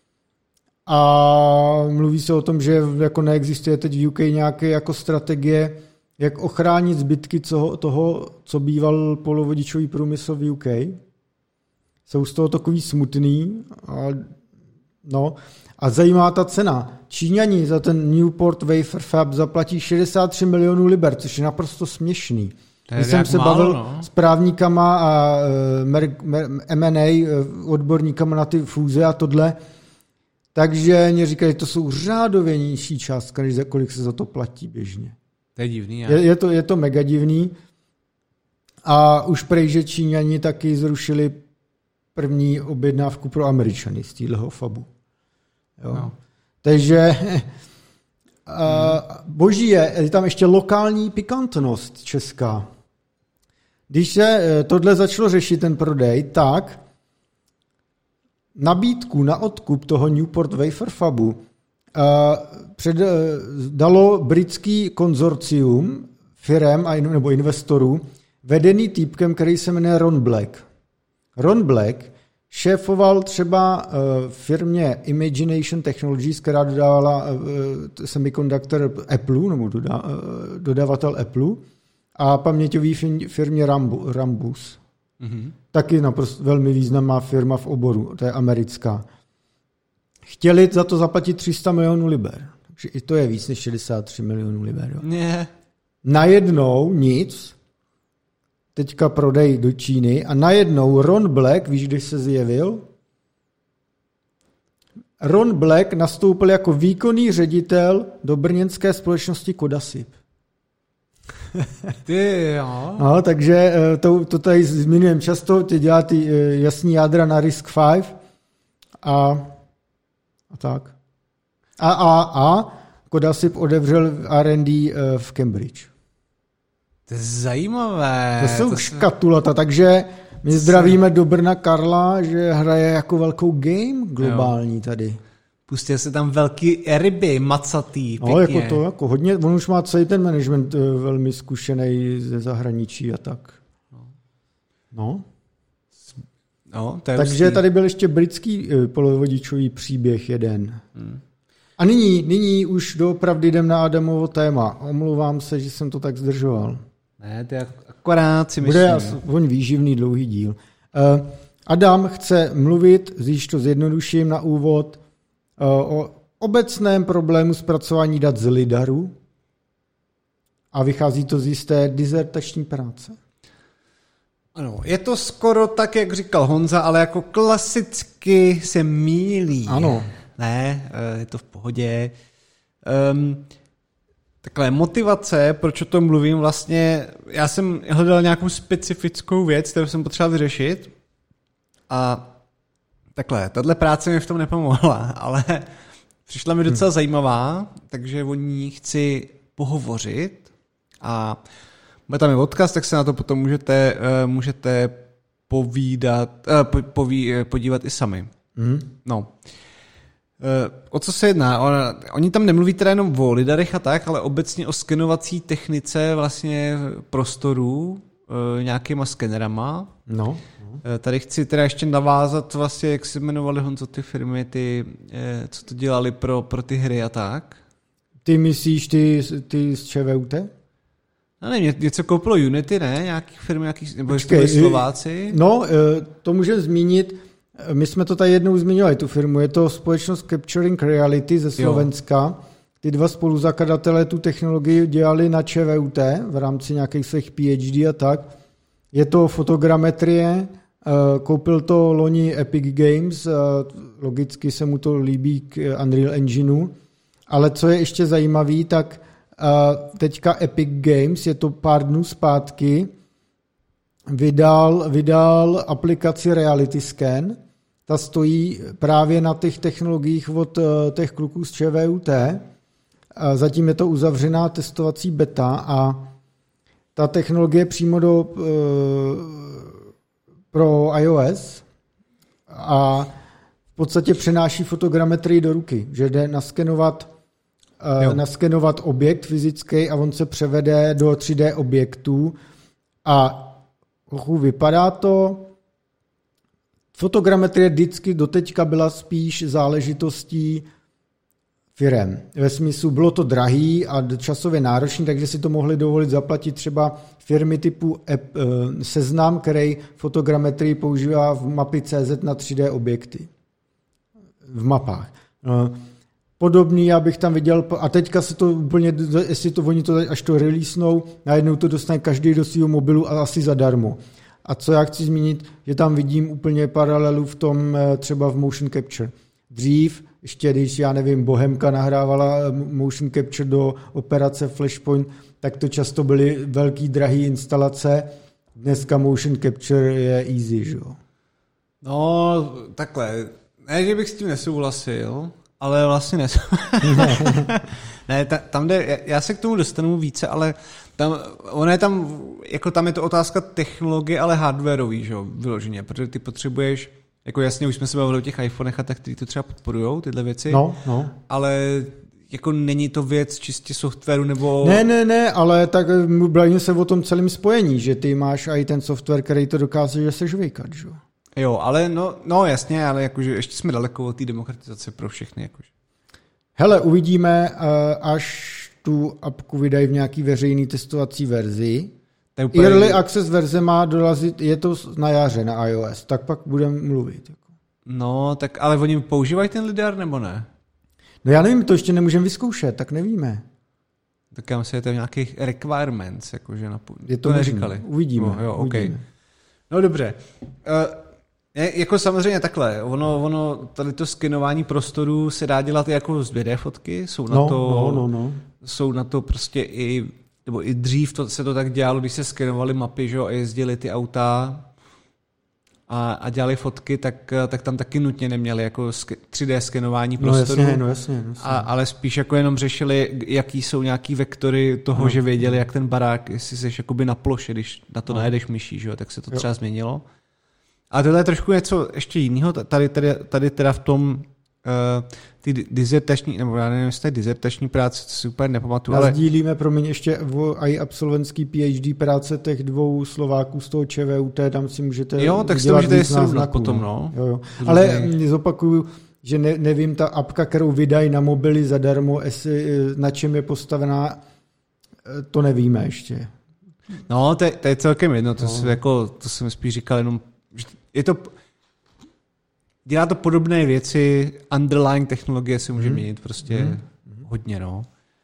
A mluví se o tom, že jako neexistuje teď v UK nějaké jako strategie, jak ochránit zbytky toho, co býval polovodičový průmysl v UK. Jsou z toho takový smutný. A zajímá ta cena. Číňani za ten Newport Wafer Fab zaplatí 63 milionů liber, což je naprosto směšný. Když jsem se bavil s právníkama a M&A, odborníkama na ty fúze a tohle, takže mě říkají, že to jsou řádově nižší částka, než za kolik se za to platí běžně. To je divný. Je to mega divný. A už prej, že Číňani taky zrušili první objednávku pro Američany z téhleho fabu. Jo. No. Takže boží je tam ještě lokální pikantnost česká. Když se tohle začalo řešit, ten prodej, tak nabídku na odkup toho Newport Wafer Fabu dalo britský konzorcium firem nebo investorů vedený týpkem, který se jmenuje Ron Black. Ron Black šéfoval třeba firmě Imagination Technologies, která dodávala semiconductor Apple, nebo dodavatel Apple, a paměťový firmě Rambus. Mm-hmm. Taky naprosto velmi významná firma v oboru, to je americká. Chtěli za to zaplatit 300 milionů liber. Takže i to je víc než 63 milionů liber. Jo. Ne. Najednou nic, teďka prodej do Číny a najednou Ron Black, víš, když se zjevil? Ron Black nastoupil jako výkonný ředitel do brněnské společnosti Kodasip. Ty jo. No, takže to tady zmiňujeme často, tě dělá ty jasný jádra na RISC-V a tak. A Kodasip otevřel R&D v Cambridge. To je zajímavé. To jsou škatulata, takže my zdravíme do Brna Karla, že hraje jako velkou game globální tady. Pustil se tam velký ryby, macatý, pěkně. No, jako hodně, on už má celý ten management velmi zkušený ze zahraničí a tak. No, to je takže tady byl ještě britský polovodičový příběh jeden. A nyní už doopravdy jdem na Adamovo téma. Omlouvám se, že jsem to tak zdržoval. Ne, to je akorát si myslím. Bude aspoň výživný dlouhý díl. Adam chce mluvit, když to zjednoduším na úvod, o obecném problému zpracování dat z lidaru a vychází to z jisté dizertační práce. Ano, je to skoro tak, jak říkal Honza, ale jako klasicky se mýlí. Ano. Ne, je to v pohodě. Takhle motivace, proč o tom mluvím, vlastně, já jsem hledal nějakou specifickou věc, kterou jsem potřeboval vyřešit a takhle, tahle práce mi v tom nepomohla, ale přišla mi docela zajímavá, takže o ní chci pohovořit a bude tam i odkaz, tak se na to potom můžete podívat i sami. No. O co se jedná? Oni tam nemluví teda jenom o lidarech a tak, ale obecně o skenovací technice vlastně prostorů nějakýma skenerama. No. Tady chci teda ještě navázat vlastně, jak se jmenovaly, Honzo, ty firmy, co to dělali pro ty hry a tak. Ty myslíš ty z ČVUT? No ne, něco koupilo Unity, ne? Nějaký firmy, nebo jestli Slováci? No, to můžeme zmínit. My jsme to tady jednou zmiňovali, tu firmu. Je to společnost Capturing Reality ze Slovenska. Jo. Ty dva spoluzakladatelé tu technologii dělali na ČVUT v rámci nějakých svých PhD a tak. Je to fotogrametrie, koupil to loni Epic Games, logicky se mu to líbí k Unreal Engineu, ale co je ještě zajímavý, tak teďka Epic Games, je to pár dnů zpátky, vydal aplikaci Reality Scan, ta stojí právě na těch technologiích od těch kluků z ČVUT, zatím je to uzavřená testovací beta a ta technologie přímo pro iOS a v podstatě přenáší fotogrametrii do ruky, že jde naskenovat objekt fyzický a on se převede do 3D objektu a vypadá to. Fotogrametrie vždycky doteďka byla spíš záležitostí firem. Ve smyslu bylo to drahý a časově náročný, takže si to mohli dovolit zaplatit třeba firmy typu Seznam, který fotogrametrii používá v mapy CZ na 3D objekty. V mapách. podobný, já bych tam viděl, a teďka se to úplně, jestli to oni to až to releasenou, najednou to dostane každý do svého mobilu a asi zadarmo. A co já chci zmínit, že tam vidím úplně paralelu v tom třeba v motion capture. Dřív, ještě když, já nevím, Bohemka nahrávala motion capture do operace Flashpoint, tak to často byly velký, drahý instalace. Dneska motion capture je easy, že jo? No, takhle. Ne, že bych s tím nesouhlasil, ale vlastně ne, tam jde, já se k tomu dostanu více, ale tam je to otázka technologie, ale hardwareový, že jo, vyloženě, protože ty potřebuješ, jako jasně, už jsme se bavili o těch iPhonech a tak, který to třeba podporujou, tyhle věci, no. Ale jako není to věc čistě softwaru, nebo... Ne, ale tak bavíme se o tom celém spojení, že ty máš i ten software, který to dokáže, že seš vykat, že jo? Jo, ale no jasně, ale jakože ještě jsme daleko od té demokratizace pro všechny, jakože. Hele, uvidíme, až tu apku vydají v nějaký veřejný testovací verzi. Early access verze má dorazit, je to na jaře na iOS, tak pak budeme mluvit. Jako. No, tak ale oni používají ten lidar, nebo ne? No já nevím, to ještě nemůžeme vyzkoušet, tak nevíme. Tak já myslím, že to je v nějakých requirements, jakože je to neříkali. Uvidíme. Jo, okay. No dobře. Jako samozřejmě takhle, ono tady to skenování prostoru se dá dělat jako z 2D fotky, jsou na to prostě nebo i dřív se to tak dělalo, když se skenovaly mapy, že jo, a jezdili ty auta a dělali fotky, tak tam taky nutně neměli jako 3D skenování prostoru. No jasně. Ale spíš jako jenom řešili, jaký jsou nějaký vektory toho, že věděli, jak ten barák, jestli jsi jakoby na ploše, když na to najedeš myší, že jo, tak se to třeba změnilo. A tohle je trošku něco ještě jiného. Tady teda v tom ty dizertační, nebo já nevím, jestli to je dizertační práce, to si úplně nepamatuju. Ale sdílíme, promiň, ještě i absolventský PhD práce těch 2 Slováků z toho ČVUT, tam si můžete tak si to můžete srovnat potom, no. Jo. Ale zopakuju, že nevím, ta apka, kterou vydají na mobily zadarmo, na čem je postavená, to nevíme ještě. No, to je celkem jedno, to jsem spíš říkal jenom, dělá to podobné věci, underlying technologie se může měnit prostě hodně, no.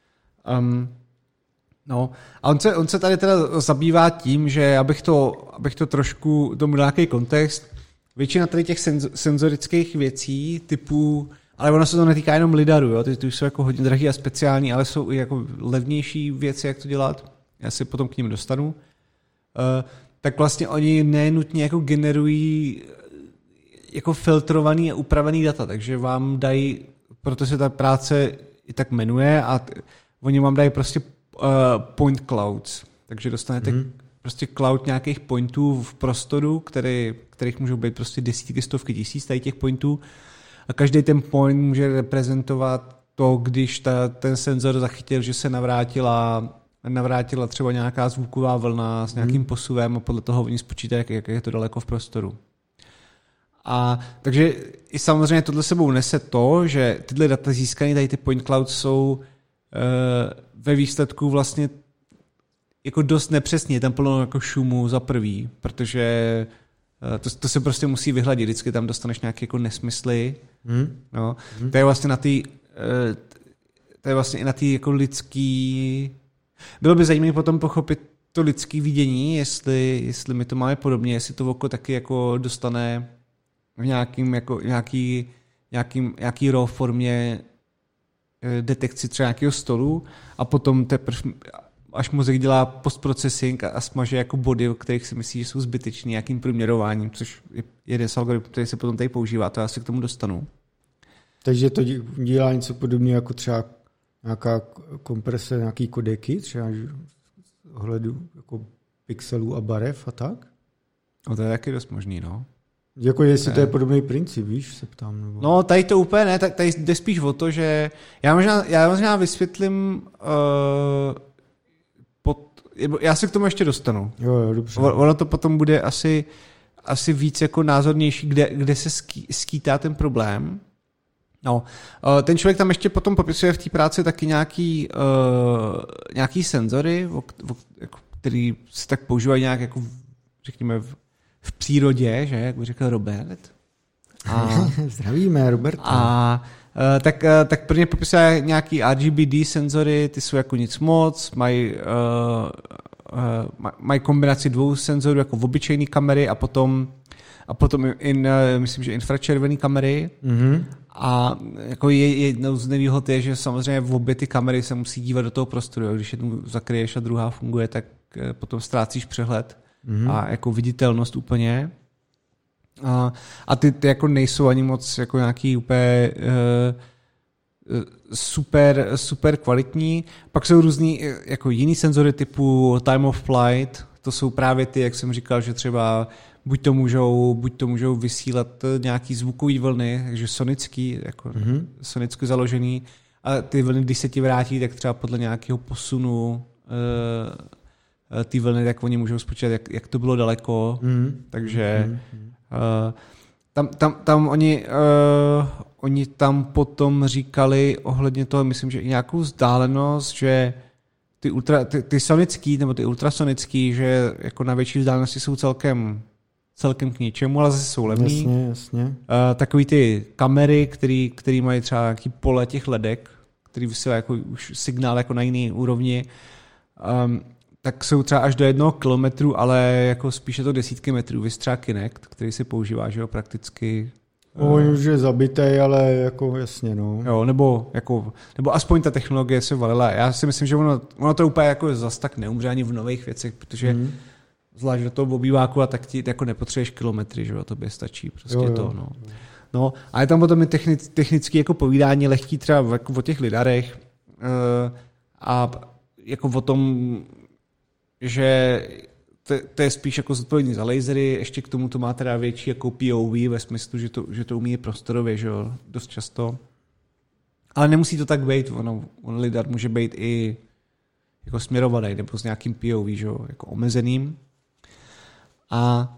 No, a on se tady teda zabývá tím, že abych to trošku, tomu dal nějaký kontext, většina tady těch senzorických věcí typu, ale ono se to netýká jenom lidaru, jo, ty jsou jako hodně drahý a speciální, ale jsou i jako levnější věci, jak to dělat, já se potom k ním dostanu, tak vlastně oni nenutně jako generují jako filtrovaný a upravený data, takže vám dají, proto se ta práce i tak jmenuje a oni vám dají prostě point clouds, takže dostanete prostě cloud nějakých pointů v prostoru, kterých můžou být prostě desítky, stovky tisíc tady těch pointů a každý ten point může reprezentovat to, když ten senzor zachytil, že se navrátila třeba nějaká zvuková vlna s nějakým posuvem a podle toho oni spočítají, jak je to daleko v prostoru. A takže i samozřejmě tohle sebou nese to, že tyhle data získané, tady ty point clouds jsou ve výsledku vlastně jako dost nepřesně, je tam plno jako šumu za prvý, protože to se prostě musí vyhladit, vždycky tam dostaneš nějaké jako nesmysly. No. To je vlastně i na té jako lidský. Bylo by zajímavé potom pochopit to lidský vidění, jestli my to máme podobně, jestli to oko taky jako dostane v nějaký raw formě detekci třeba nějakého stolu a potom až mozek dělá postprocessing a smaže jako body, o kterých si myslí, že jsou zbytečný nějakým průměrováním, což je jeden z algoritmů, který se potom tady používá, to já se k tomu dostanu. Takže to dělá něco podobného jako třeba nějaká komprese, nějaký kodeky, třeba ohledu jako pixelů a barev a tak? No to je taky dost možný, no. Jako jestli to je podobný princip, víš, se ptám. Nebo... No, tady to úplně ne, tady jde spíš o to, že já možná vysvětlím, já se k tomu ještě dostanu. Jo, dobře. Ono to potom bude asi víc jako názornější, kde se skýtá ten problém. No, ten člověk tam ještě potom popisuje v té práci taky nějaký senzory, který se tak používají nějak jako, řekněme, v přírodě, že, jak by řekl Robert. Zdravíme, Roberta. Tak prvně popisuje nějaký RGBD senzory, ty jsou jako nic moc, mají kombinaci 2 senzorů jako v obyčejné kamery a potom myslím, že infračervené kamery. Mm-hmm. A jako jednou z nevýhod je, že samozřejmě v obě ty kamery se musí dívat do toho prostoru. Když jednu zakryješ a druhá funguje, tak potom ztrácíš přehled a jako viditelnost úplně. A ty jako nejsou ani moc jako nějaký úplně super kvalitní. Pak jsou různý jako jiný senzory typu time of flight. To jsou právě ty, jak jsem říkal, že třeba buď to můžou vysílat nějaký zvukový vlny, takže sonický, jako sonicky založený, a ty vlny, když se ti vrátí, tak třeba podle nějakého posunu ty vlny, tak oni můžou spočítat, jak to bylo daleko, takže tam oni tam potom říkali ohledně toho, myslím, že i nějakou vzdálenost, že ty sonický nebo ty ultrasonický, že jako na větší vzdálenosti jsou celkem k ničemu, ale zase jsou levný. Jasně. Takový ty kamery, který mají třeba nějaký pole těch ledek, který vysílají jako už signál jako na jiný úrovni, tak jsou třeba až do 1 kilometru, ale jako spíše to desítky metrů. Vys třeba Kinect, který se používá, že jo, prakticky. Už je zabitej, ale jako jasně, no. Jo, nebo aspoň ta technologie se valila. Já si myslím, že ono to úplně jako zas tak neumře ani v nových věcech, protože zvlášť do toho obýváku a tak ti jako nepotřebuješ kilometry, že jo, tobě stačí prostě to, no. No, a je tam potom i technické jako povídání lehký třeba jako o těch lidarech a jako o tom, že to je spíš jako zodpovědný za lasery, ještě k tomu to má teda větší jako POV ve smyslu, že to umí prostorově, že jo, dost často. Ale nemusí to tak být, on lidar může být i jako směrovaný nebo s nějakým POV, že jo, jako omezeným. A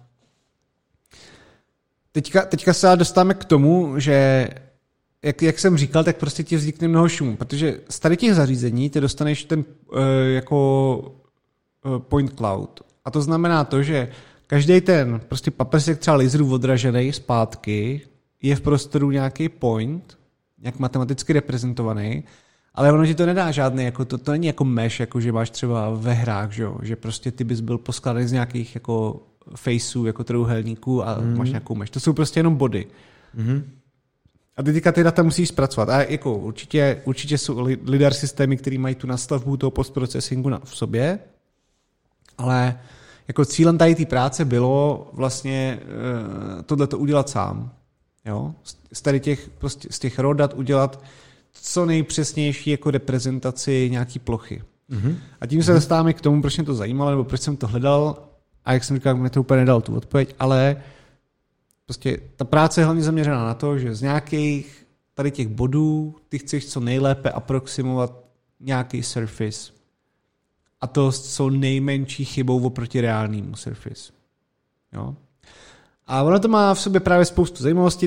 teďka se dostáváme k tomu, že jak jsem říkal, tak prostě ti vznikne mnoho šumu, protože z tady těch zařízení ty dostaneš ten jako point cloud. A to znamená to, že každý ten prostě paprsek třeba laserů odražený zpátky je v prostoru nějaký point, nějak matematicky reprezentovaný, ale ono ti to nedá žádný, jako to není jako mesh, jako že máš třeba ve hrách, že prostě ty bys byl poskladený z nějakých jako faceů, jako trojúhelníků a máš nějakou mesh. To jsou prostě jenom body. A teďka ty data musíš zpracovat. A jako určitě jsou lidar systémy, které mají tu nastavbu toho postprocesingu v sobě, ale jako cílem tady té práce bylo vlastně tohleto udělat sám. Jo? Z těch raw dat udělat co nejpřesnější jako reprezentaci nějaký plochy. A tím se dostáváme k tomu, proč mě to zajímalo, nebo proč jsem to hledal, a jak jsem říkal, mě to úplně nedal tu odpověď, ale prostě ta práce je hlavně zaměřená na to, že z nějakých tady těch bodů ty chceš co nejlépe aproximovat nějaký surface. A to s co nejmenší chybou oproti reálnému surface. Jo? A ono to má v sobě právě spoustu zajímavostí,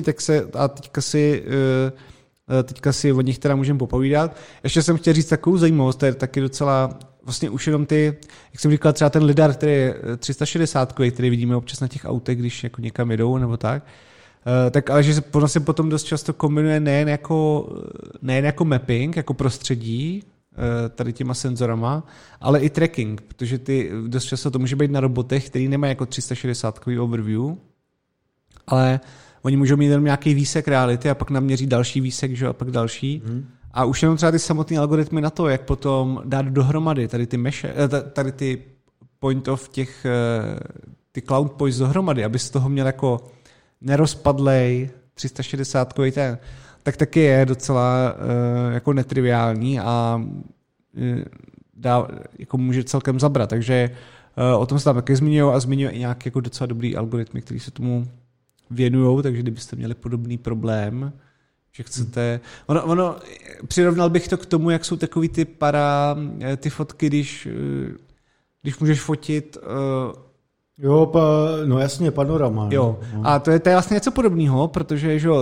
teďka si o nich teda můžeme popovídat. Ještě jsem chtěl říct takovou zajímavost, to je taky docela vlastně už jenom ty, jak jsem říkal, třeba ten lidar, který je 360, který vidíme občas na těch autech, když jako někam jedou nebo tak ale že ono se potom dost často kombinuje nejen jako mapping, jako prostředí, tady těma senzorama, ale i tracking, protože ty dost často to může být na robotech, který nemají jako 360 overview, ale oni můžou mít jenom nějaký výsek reality a pak naměří další výsek, že, a pak další. A už jenom třeba ty samotné algoritmy na to, jak potom dát dohromady tady ty meše, tady ty point of těch, ty cloud points dohromady, aby z toho měl jako nerozpadlej 360 ten, tak taky je docela jako netriviální a jako může celkem zabrat. Takže o tom se tam taky zmiňují a zmiňují i nějaké jako docela dobrý algoritmy, které se tomu věnujou, takže kdybyste měli podobný problém, že chcete... Ono přirovnal bych to k tomu, jak jsou takový ty fotky, když můžeš fotit... no jasně, panorama. Jo, no. A to je vlastně něco podobného, protože že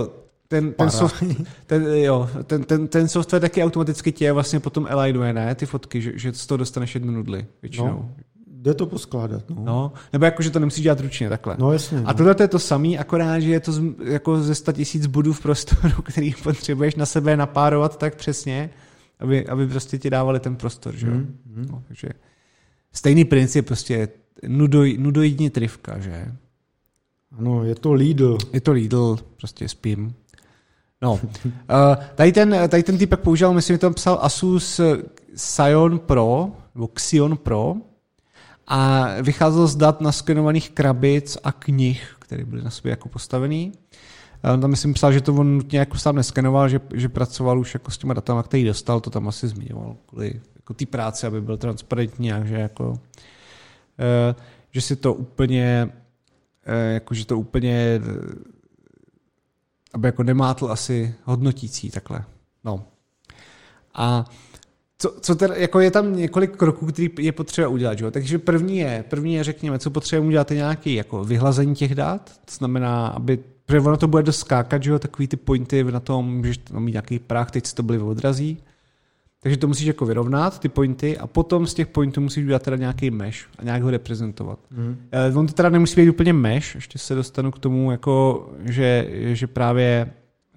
ten software taky automaticky tě vlastně potom alignuje, ne? Ty fotky, že z toho dostaneš jednu nudli většinou. No. Jde to poskládat. No, nebo jako, že to nemusíš dělat ručně takhle. No jasně. A tohle je to samý, akorát, že je to jako ze 100 000 bodů v prostoru, který potřebuješ na sebe napárovat tak přesně, aby prostě ti dávali ten prostor, že jo. No, takže stejný princip, prostě nudoidní trivka, že? Ano, je to Lidl. Je to Lidl, prostě spím. No, tady ten týpek používal, myslím, že tam psal Asus Xeon Pro, nebo Xeon Pro, a vycházel z dat naskenovaných krabic a knih, které byly na sobě jako postavený. Tam myslím psal, že to on nutně jako sám neskenoval, že pracoval už jako s těma datama, který dostal, to tam asi zmiňoval kvůli jako té práce, aby byl transparentní, a že jako že si to úplně jakože to úplně aby jako nemátl asi hodnotící takhle. No. A co teda, jako je tam několik kroků, který je potřeba udělat, že? Takže první je, řekněme, co potřebujeme udělat, je nějaké jako vyhlazení těch dat, to znamená, protože ono to bude dost skákat, že jo, takový ty pointy na tom, můžeš tam mít nějaký práh, teď se to byly odrazí, takže to musíš jako vyrovnat, ty pointy, a potom z těch pointů musíš udělat teda nějaký mesh a nějak ho reprezentovat. On to teda nemusí být úplně mesh, ještě se dostanu k tomu, jako, že právě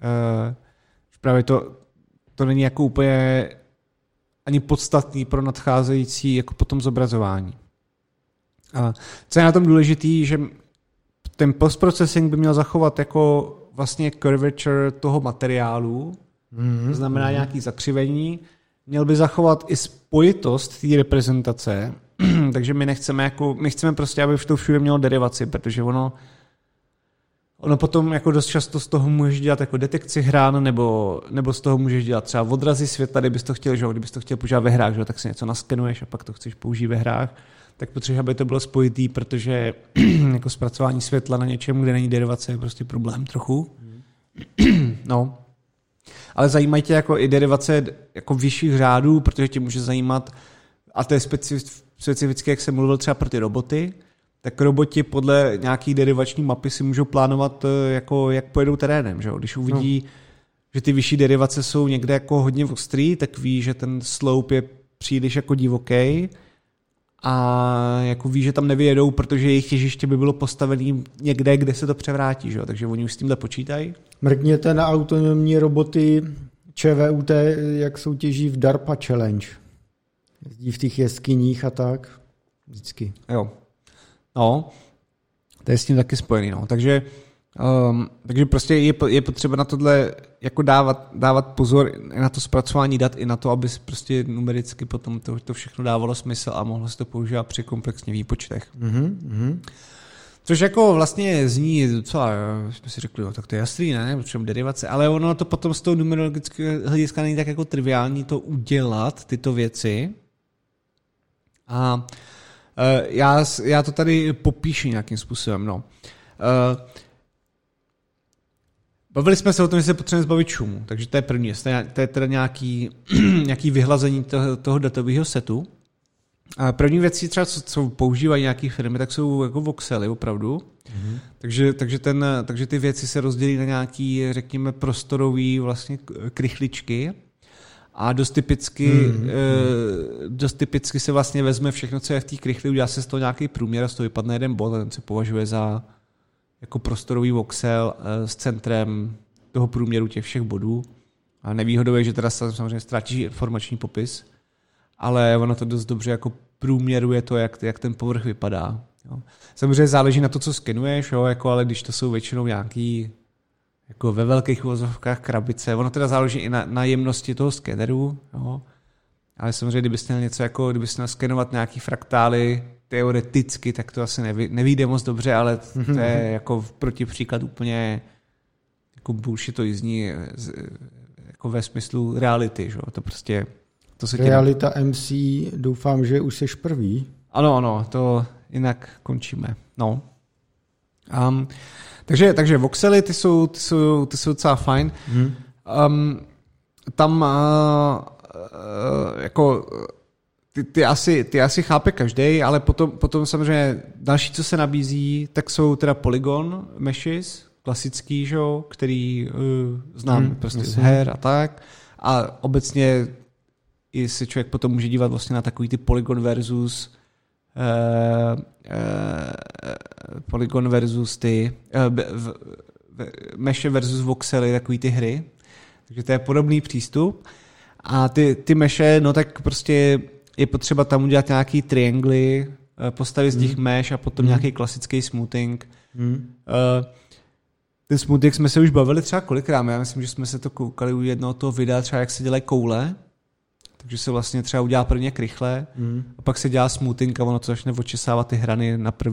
to není jako úplně ani podstatný pro nadcházející jako potom zobrazování. A co je na tom důležitý, že ten postprocessing by měl zachovat jako vlastně curvature toho materiálu, to znamená nějaký zakřivení, měl by zachovat i spojitost té reprezentace, takže my chceme prostě, aby to všude mělo derivaci, protože ono potom jako dost často z toho můžeš dělat jako detekci hrán, nebo z toho můžeš dělat třeba odrazy světla, kdybys to chtěl používat ve hrách, že? Tak si něco naskenuješ a pak to chceš použít ve hrách, tak potřebuješ, aby to bylo spojitý, protože jako zpracování světla na něčem, kde není derivace, je prostě problém trochu. No. Ale zajímají tě jako i derivace jako vyšších řádů, protože tě může zajímat, a to je specifické, jak jsem mluvil třeba pro ty roboty, tak roboti podle nějaký derivační mapy si můžou plánovat, jako, jak pojedou terénem. Že? Když uvidí, že ty vyšší derivace jsou někde jako hodně ostrý, tak ví, že ten slope je příliš jako divoký a jako ví, že tam nevyjedou, protože jejich těžiště by bylo postavené někde, kde se to převrátí. Že? Takže oni už s tímhle počítají. Mrkněte na autonomní roboty ČVUT, jak soutěží v DARPA Challenge. Jezdí v těch jeskyních a tak. Vždycky. Jo. No, to je s tím taky spojený. No. Takže prostě je potřeba na tohle jako dávat pozor na to zpracování dat i na to, aby prostě numericky potom to všechno dávalo smysl a mohlo se to používat při komplexních výpočtech. Což jako vlastně zní docela, jsme si řekli, tak to je jasný, ne? Potřebujeme derivace, ale ono to potom z toho numerologického hlediska není tak jako triviální to udělat, tyto věci. A já to tady popíšu nějakým způsobem. No. Bavili jsme se o tom, že se potřebujeme zbavit šumu, takže to je první. To je teda nějaký vyhlazení toho datového setu. A první věci třeba, co používají nějaké firmy, tak jsou jako voxely opravdu. Takže ty věci se rozdělí na nějaký, řekněme, prostorový vlastně krychličky. A dost typicky se vlastně vezme všechno, co je v té krychli, udělá se z toho nějaký průměr a z toho vypadne jeden bod a ten se považuje za jako prostorový voxel s centrem toho průměru těch všech bodů. A nevýhodou je, že teda samozřejmě ztratíš informační popis, ale ono to dost dobře jako průměruje to, jak ten povrch vypadá. Jo. Samozřejmě záleží na to, co skenuješ, jo, jako, ale když to jsou většinou nějaký jako ve velkých uvozovkách krabice. Ono teda záleží i na jemnosti toho skeneru, jo. Ale samozřejmě, kdybyste měl něco jako, kdybyste měl skenovat nějaký fraktály teoreticky, tak to asi nevyjde moc dobře, ale to je jako protipříklad úplně jako bullshitoizní jako ve smyslu reality, že? To prostě to se realita MC, doufám, že už seš prvý. Ano, to jinak končíme. No. Takže voxely, ty jsou docela fajn. Tam jako ty asi chápe každej, ale potom samozřejmě další, co se nabízí, tak jsou teda polygon meshes, klasický, že, který znám prostě z her a tak. A obecně i se člověk potom může dívat vlastně na takový ty polygon versus Polygon versus ty meše versus voxely, takový ty hry. Takže to je podobný přístup. A ty meše, no tak prostě je potřeba tam udělat nějaký triangly, postavit z těch meš a potom nějaký klasický smoothing. Ten smoothing jsme se už bavili třeba kolikrát. Já myslím, že jsme se to koukali u jednoho toho videa, třeba jak se dělají koule. Takže se vlastně třeba udělá prvně krychle a pak se dělá smoothing a ono to začne očesávat ty hrany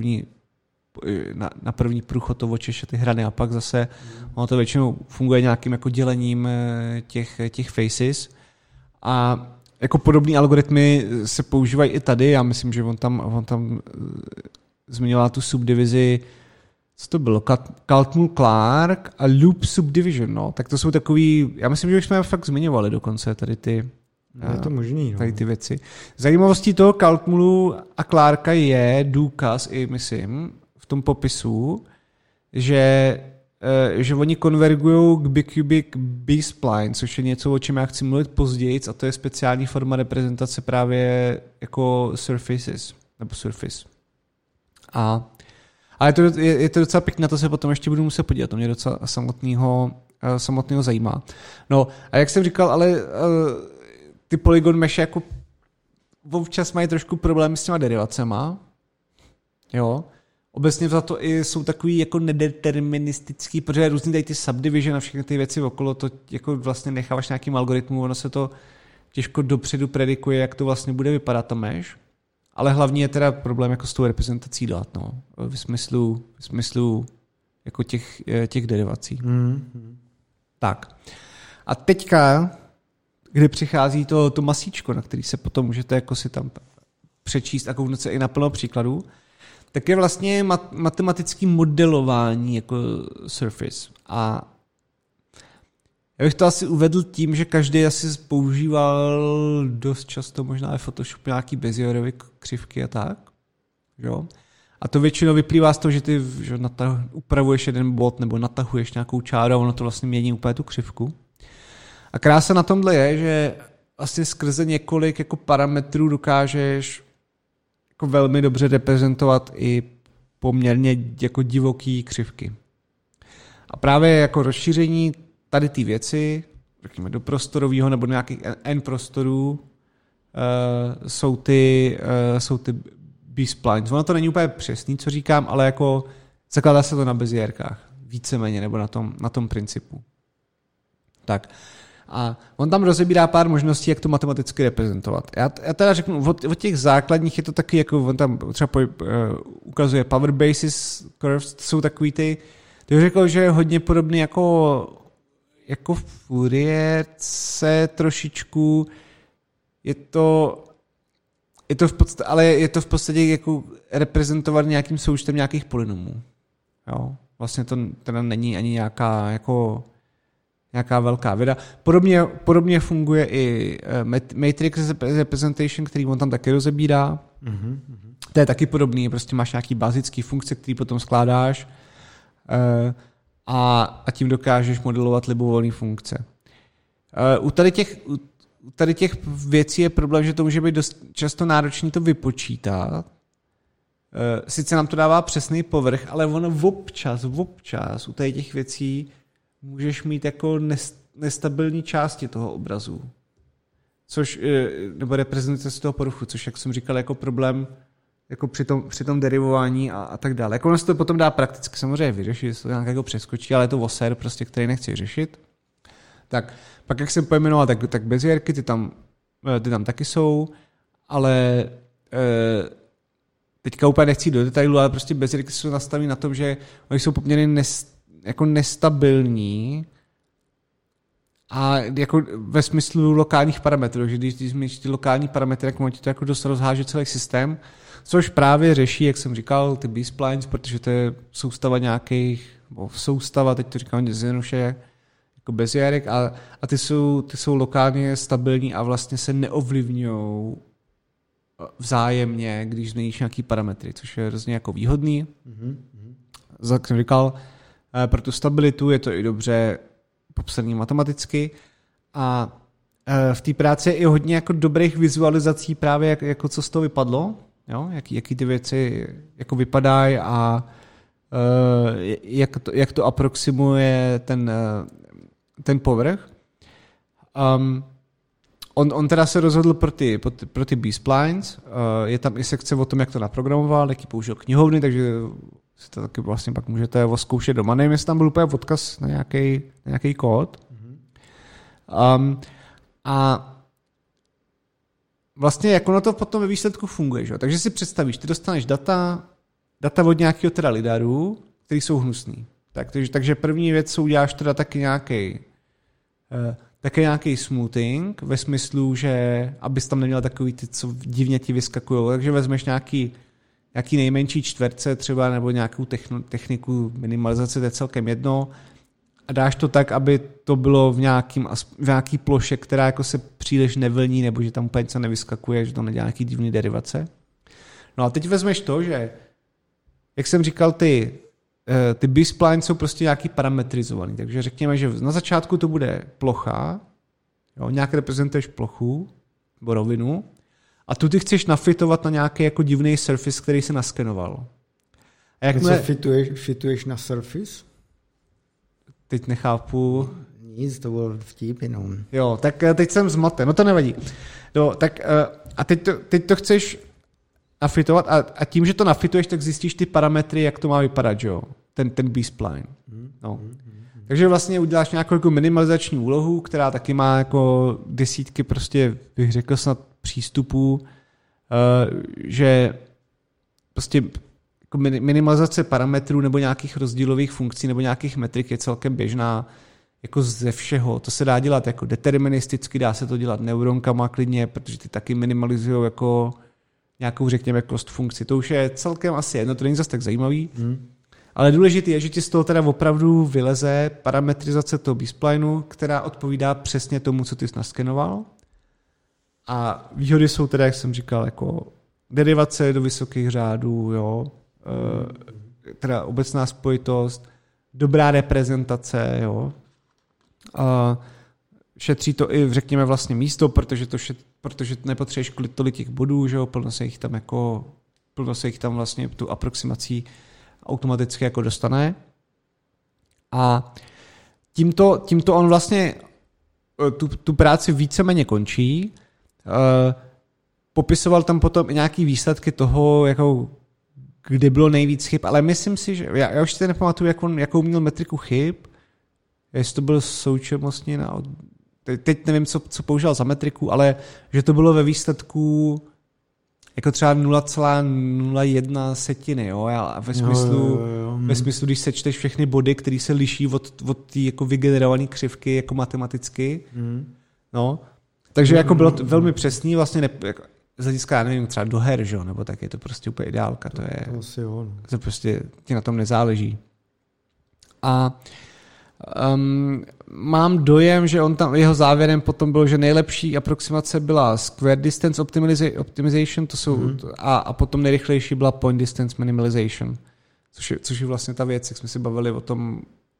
na první průchod to očeše ty hrany a pak zase ono to většinou funguje nějakým jako dělením těch faces a jako podobné algoritmy se používají i tady. Já myslím, že on tam zmiňoval tu subdivizi, co to bylo? Kaltmul Clark a Loop Subdivision, no. Tak to jsou takový, já myslím, že už jsme fakt zmiňovali dokonce tady ty je to možný, no. Tady ty věci. Zajímavostí toho Kaltmulu a Clarka je důkaz i, myslím, v tom popisu, že oni konvergují k bicubic B-spline, což je něco, o čem já chci mluvit později, a to je speciální forma reprezentace právě jako surfaces, nebo surface. Ale je to docela pěkné, na to se potom ještě budu muset podívat, to mě docela samotného zajímá. No a jak jsem říkal, ale ty polygon meše jako občas mají trošku problémy s těma derivacema. Jo. Obecně za to i jsou takový jako nedeterministický, protože různý tady ty subdivision a všechny ty věci okolo, to jako vlastně necháváš nějakým algoritmu, ono se to těžko dopředu predikuje, jak to vlastně bude vypadat ta mesh. Ale hlavně je teda problém jako s tou reprezentací dat, no. V smyslu jako těch derivací. Tak. A teďka, kdy přichází to masíčko, na který se potom můžete jako si tam přečíst a kouknout se i na plno příkladů, tak je vlastně matematický modelování jako surface. A já bych to asi uvedl tím, že každý asi používal dost často možná i Photoshop nějaký Bézierovy křivky a tak. Jo? A to většinou vyplývá z toho, že ty upravuješ jeden bod nebo natahuješ nějakou čáru a ono to vlastně mění úplně tu křivku. A krása na tomhle je, že vlastně skrze několik jako parametrů dokážeš jako velmi dobře reprezentovat i poměrně jako divoký křivky. A právě jako rozšíření tady ty věci, řekněme do prostorového nebo do nějakých n prostorů, jsou ty B-splines. Ono to není úplně přesný, co říkám, ale jako zakládá se to na Bézierkách. Víceméně, nebo na tom principu. Tak. A on tam rozebírá pár možností, jak to matematicky reprezentovat. Já teda řeknu, od těch základních je to taky, jako on tam třeba ukazuje power basis curves, jsou takový ty, to řekl, že je hodně podobný jako Fourier se trošičku, je to v podstatě jako reprezentovat nějakým součtem nějakých polynomů. Jo? Vlastně to teda není ani nějaká velká věda. Podobně funguje i matrix representation, který on tam taky rozebírá. To je taky podobný, prostě máš nějaký bazický funkce, který potom skládáš a tím dokážeš modelovat libovolné funkce. U tady těch věcí je problém, že to může být dost často náročný to vypočítat. Sice nám to dává přesný povrch, ale ono občas u těch věcí můžeš mít jako nestabilní části toho obrazu. Nebo reprezentace toho povrchu, což, jak jsem říkal, jako problém jako při tom derivování a tak dále. Jako ono se to potom dá prakticky samozřejmě vyřešit, to nějak jako přeskočí, ale je to voser, prostě, který nechci řešit. Tak, pak jak jsem pojmenoval, tak Bézierky, ty tam taky jsou, ale teďka úplně nechci do detailu, ale prostě Bézierky jsou nastavený na tom, že oni jsou poměrně jako nestabilní a jako ve smyslu lokálních parametrů, že když změníš ty lokální parametry, tak ti to jako dost rozháže celý systém, což právě řeší, jak jsem říkal, ty B-splines, protože to je soustava, teď to říkám zjednoduše, jako Bézierek a ty jsou lokálně stabilní a vlastně se neovlivňují vzájemně, když změníš nějaký parametry, což je hrozně jako výhodný. Jak jsem říkal, pro tu stabilitu je to i dobře popsaný matematicky a v té práci je i hodně jako dobrých vizualizací právě jako co z toho vypadlo. jo? Jaký ty věci jako vypadají a jak to aproximuje ten povrch. On teda se rozhodl pro ty B-splines, je tam i sekce o tom, jak to naprogramoval, jaký použil knihovny, takže si to taky vlastně pak můžete zkoušet doma. Nevím, jestli tam byl úplně odkaz na nějaký kód. A vlastně jak ono to potom ve výsledku funguje. Že? Takže si představíš, ty dostaneš data od nějakého teda lidaru, který jsou hnusný. Takže první věc uděláš teda taky nějaký smoothing, ve smyslu, že abys tam neměl takový ty, co divně ti vyskakujou. Takže vezmeš nějaký nejmenší čtverce třeba, nebo nějakou techniku minimalizace, to je celkem jedno, a dáš to tak, aby to bylo v nějaký ploše, která jako se příliš nevlní, nebo že tam úplně něco nevyskakuje, že to nedělá nějaký divný derivace. No a teď vezmeš to, že, jak jsem říkal, ty B-splines jsou prostě nějaký parametrizovaný, takže řekněme, že na začátku to bude plocha, jo, nějak reprezentuješ plochu, nebo rovinu, a tu ty chceš nafitovat na nějaký jako divný surface, který se naskenoval. A co fituješ na surface? Teď nechápu. Nic, to byl vtip jenom. Jo, tak teď jsem zmaten, no to nevadí. No, tak a teď to chceš nafitovat a tím, že to nafituješ, tak zjistíš ty parametry, jak to má vypadat, jo? Ten B-spline. No. Takže vlastně uděláš nějakou jako minimalizační úlohu, která taky má jako desítky prostě, bych řekl snad přístupů, že prostě jako minimalizace parametrů nebo nějakých rozdílových funkcí nebo nějakých metrik je celkem běžná jako ze všeho. To se dá dělat jako deterministicky, dá se to dělat neuronkama klidně, protože ty taky minimalizují jako nějakou, řekněme, cost funkci. To už je celkem asi jedno, to není zase tak zajímavý. Ale důležité je, že ti z toho teda opravdu vyleze parametrizace toho B-splineu, která odpovídá přesně tomu, co ty jsi naskenoval. A výhody jsou teda, jak jsem říkal, jako derivace do vysokých řádů, jo, teda obecná spojitost, dobrá reprezentace, jo. Šetří to i, řekněme, vlastně místo, protože nepotřebuješ tolik těch bodů, že jo, plno se jich tam vlastně tu aproximací automaticky jako dostane. A tímto on vlastně tu práci víceméně končí. Popisoval tam potom i nějaký výsledky toho, jako, kde bylo nejvíc chyb, ale myslím si, že já už si nepamatuju, jakou měl metriku chyb, jestli to byl současně teď nevím, co používal za metriku, ale že to bylo ve výsledku jako třeba 0,01 setiny, jo, a ve smyslu, když sečteš všechny body, které se liší od té jako vygenerované křivky jako matematicky, no, takže jako bylo to velmi přesný, vlastně jako, z hlediska, nevím, třeba do her, že? Nebo tak je to prostě úplně ideálka, to prostě ti na tom nezáleží. A mám dojem, že jeho závěrem potom bylo, že nejlepší aproximace byla square distance optimization, to jsou, a potom nejrychlejší byla point distance minimalization, což je vlastně ta věc, jak jsme si bavili o tom,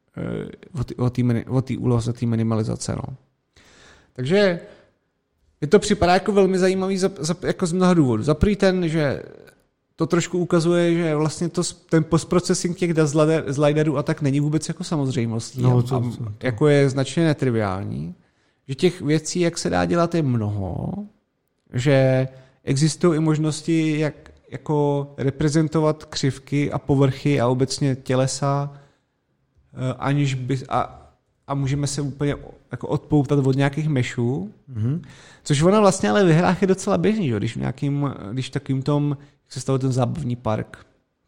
o té úloze té minimalizace. No. Takže mi to připadá jako velmi zajímavý jako z mnoha důvodů. Za prvý ten, že to trošku ukazuje, že vlastně ten postprocessing těch dat z lidarů a tak není vůbec jako samozřejmostí. Jako je značně netriviální. Že těch věcí, jak se dá dělat, je mnoho. Že existují i možnosti, jak jako reprezentovat křivky a povrchy a obecně tělesa, aniž by... A můžeme se úplně jako odpoutat od nějakých meshů, což ona vlastně ale v hrách je docela běžný, že? Když takovým tom, jak se stalo ten zábavní park.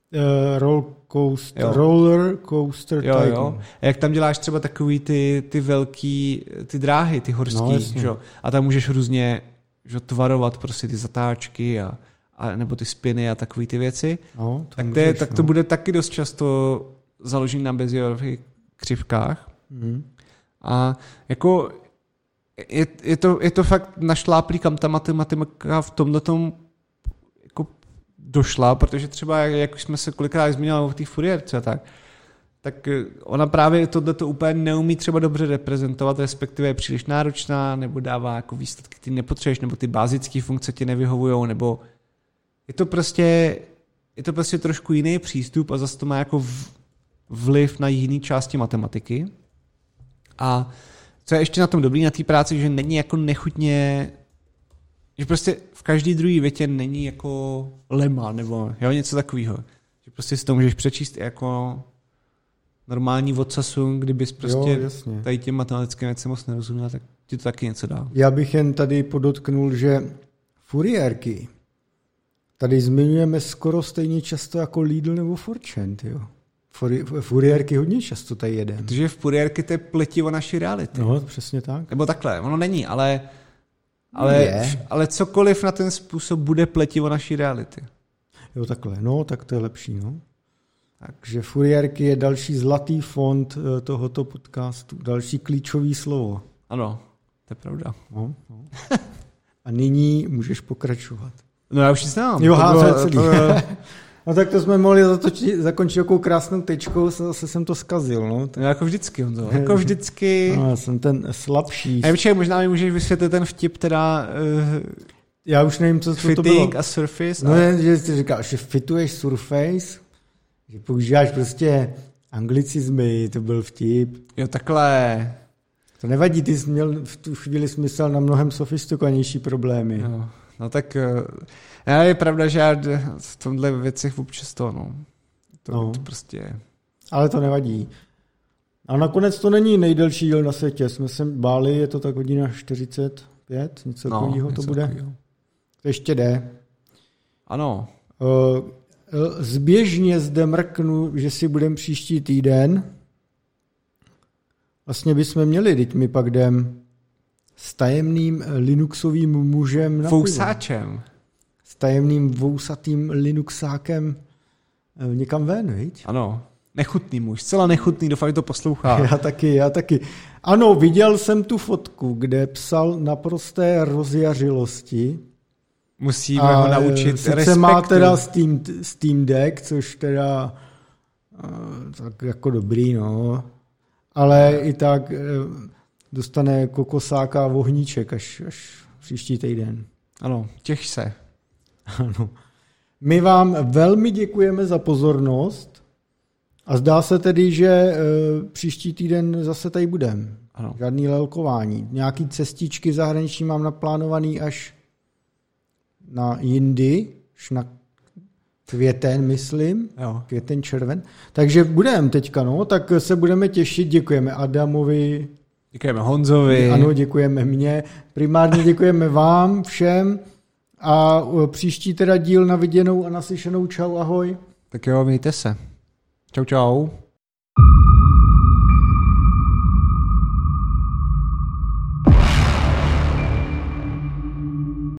Roller coaster tycoon. Jo. A jak tam děláš třeba takový ty velký, ty dráhy, ty horský, že? A tam můžeš různě tvarovat prostě ty zatáčky a nebo ty spiny a takové ty věci. No, tak to bude taky dost často založený na Béziérových křivkách. A jako je to fakt našláplý, kam ta matematika v tomhletom jako došla, protože třeba, jak už jsme se kolikrát zmínili o té Fourierce, tak ona právě tohleto úplně neumí třeba dobře reprezentovat, respektive je příliš náročná, nebo dává jako výsledky, ty nepotřebuješ, nebo ty bázické funkce ti nevyhovujou, nebo je to prostě trošku jiný přístup a zase to má jako vliv na jiný části matematiky. A co je ještě na tom dobrý na té práci, že není jako nechutně, že prostě v každý druhý větě není jako lema nebo něco takového. Že prostě si to můžeš přečíst jako normální odsasun, kdybys prostě tady těm matematickým věcem moc nerozuměl, tak ti to taky něco dá. Já bych jen tady podotknul, že Fourierky tady zmiňujeme skoro stejně často jako Lidl nebo Fortune, jo. Fourierky hodně často tady jedeme. Protože v Fourierky to je pletivo naší reality. No, přesně tak. Nebo takhle, ono není, ale cokoliv na ten způsob bude pletivo naší reality. Jo, takhle, no, tak to je lepší, no. Takže Fourierky je další zlatý fond tohoto podcastu, další klíčový slovo. Ano, to je pravda. No. A nyní můžeš pokračovat. No já už nic nemám. Jo, no tak to jsme mohli zakončit takovou krásnou tečkou, zase jsem to zkazil, no. No jako vždycky, Honzo, jako vždycky. No, já jsem ten slabší. Možná mi můžeš vysvětlit ten vtip teda... Já už nevím, co to bylo. Fitting a surface. No, že jsi říkal, že fituješ surface, že používáš prostě anglicizmy, to byl vtip. Jo, takhle. To nevadí, ty jsi měl v tu chvíli smysl na mnohem sofistikovanější problémy. No tak je pravda, že já v tomhle věcech občas to prostě... Ale to nevadí. A nakonec to není nejdelší díl na světě. Jsme se báli, je to tak hodina 45, něco takového to bude. Takovýho. To ještě jde. Ano. Zběžně zde mrknu, že si budeme příští týden. Vlastně bychom měli, teď my pak jdem s tajemným Linuxovým mužem na Fousáčem. S tajemným vousatým Linuxákem někam ven, viď? Ano, nechutný muž, zcela nechutný, doufám, že to poslouchá. Já taky. Ano, viděl jsem tu fotku, kde psal naprosté rozjařilosti. Musíme ho naučit respektu. Sice má teda Steam Deck, což teda tak jako dobrý, no. Ale i tak dostane kokosáka a vohníček až příští týden. Ano, těš se. Ano. My vám velmi děkujeme za pozornost a zdá se tedy, že příští týden zase tady budeme. Žádný lelkování. Nějaký cestičky zahraniční mám naplánovaný až na jindy, až na květen, myslím. Jo. Květen, červen. Takže budeme teďka, no, tak se budeme těšit. Děkujeme Adamovi. Děkujeme Honzovi. Ano, děkujeme mně. Primárně děkujeme vám všem. A příští teda díl na viděnou a naslyšenou. Čau, ahoj. Tak jo, mějte se. Čau, čau.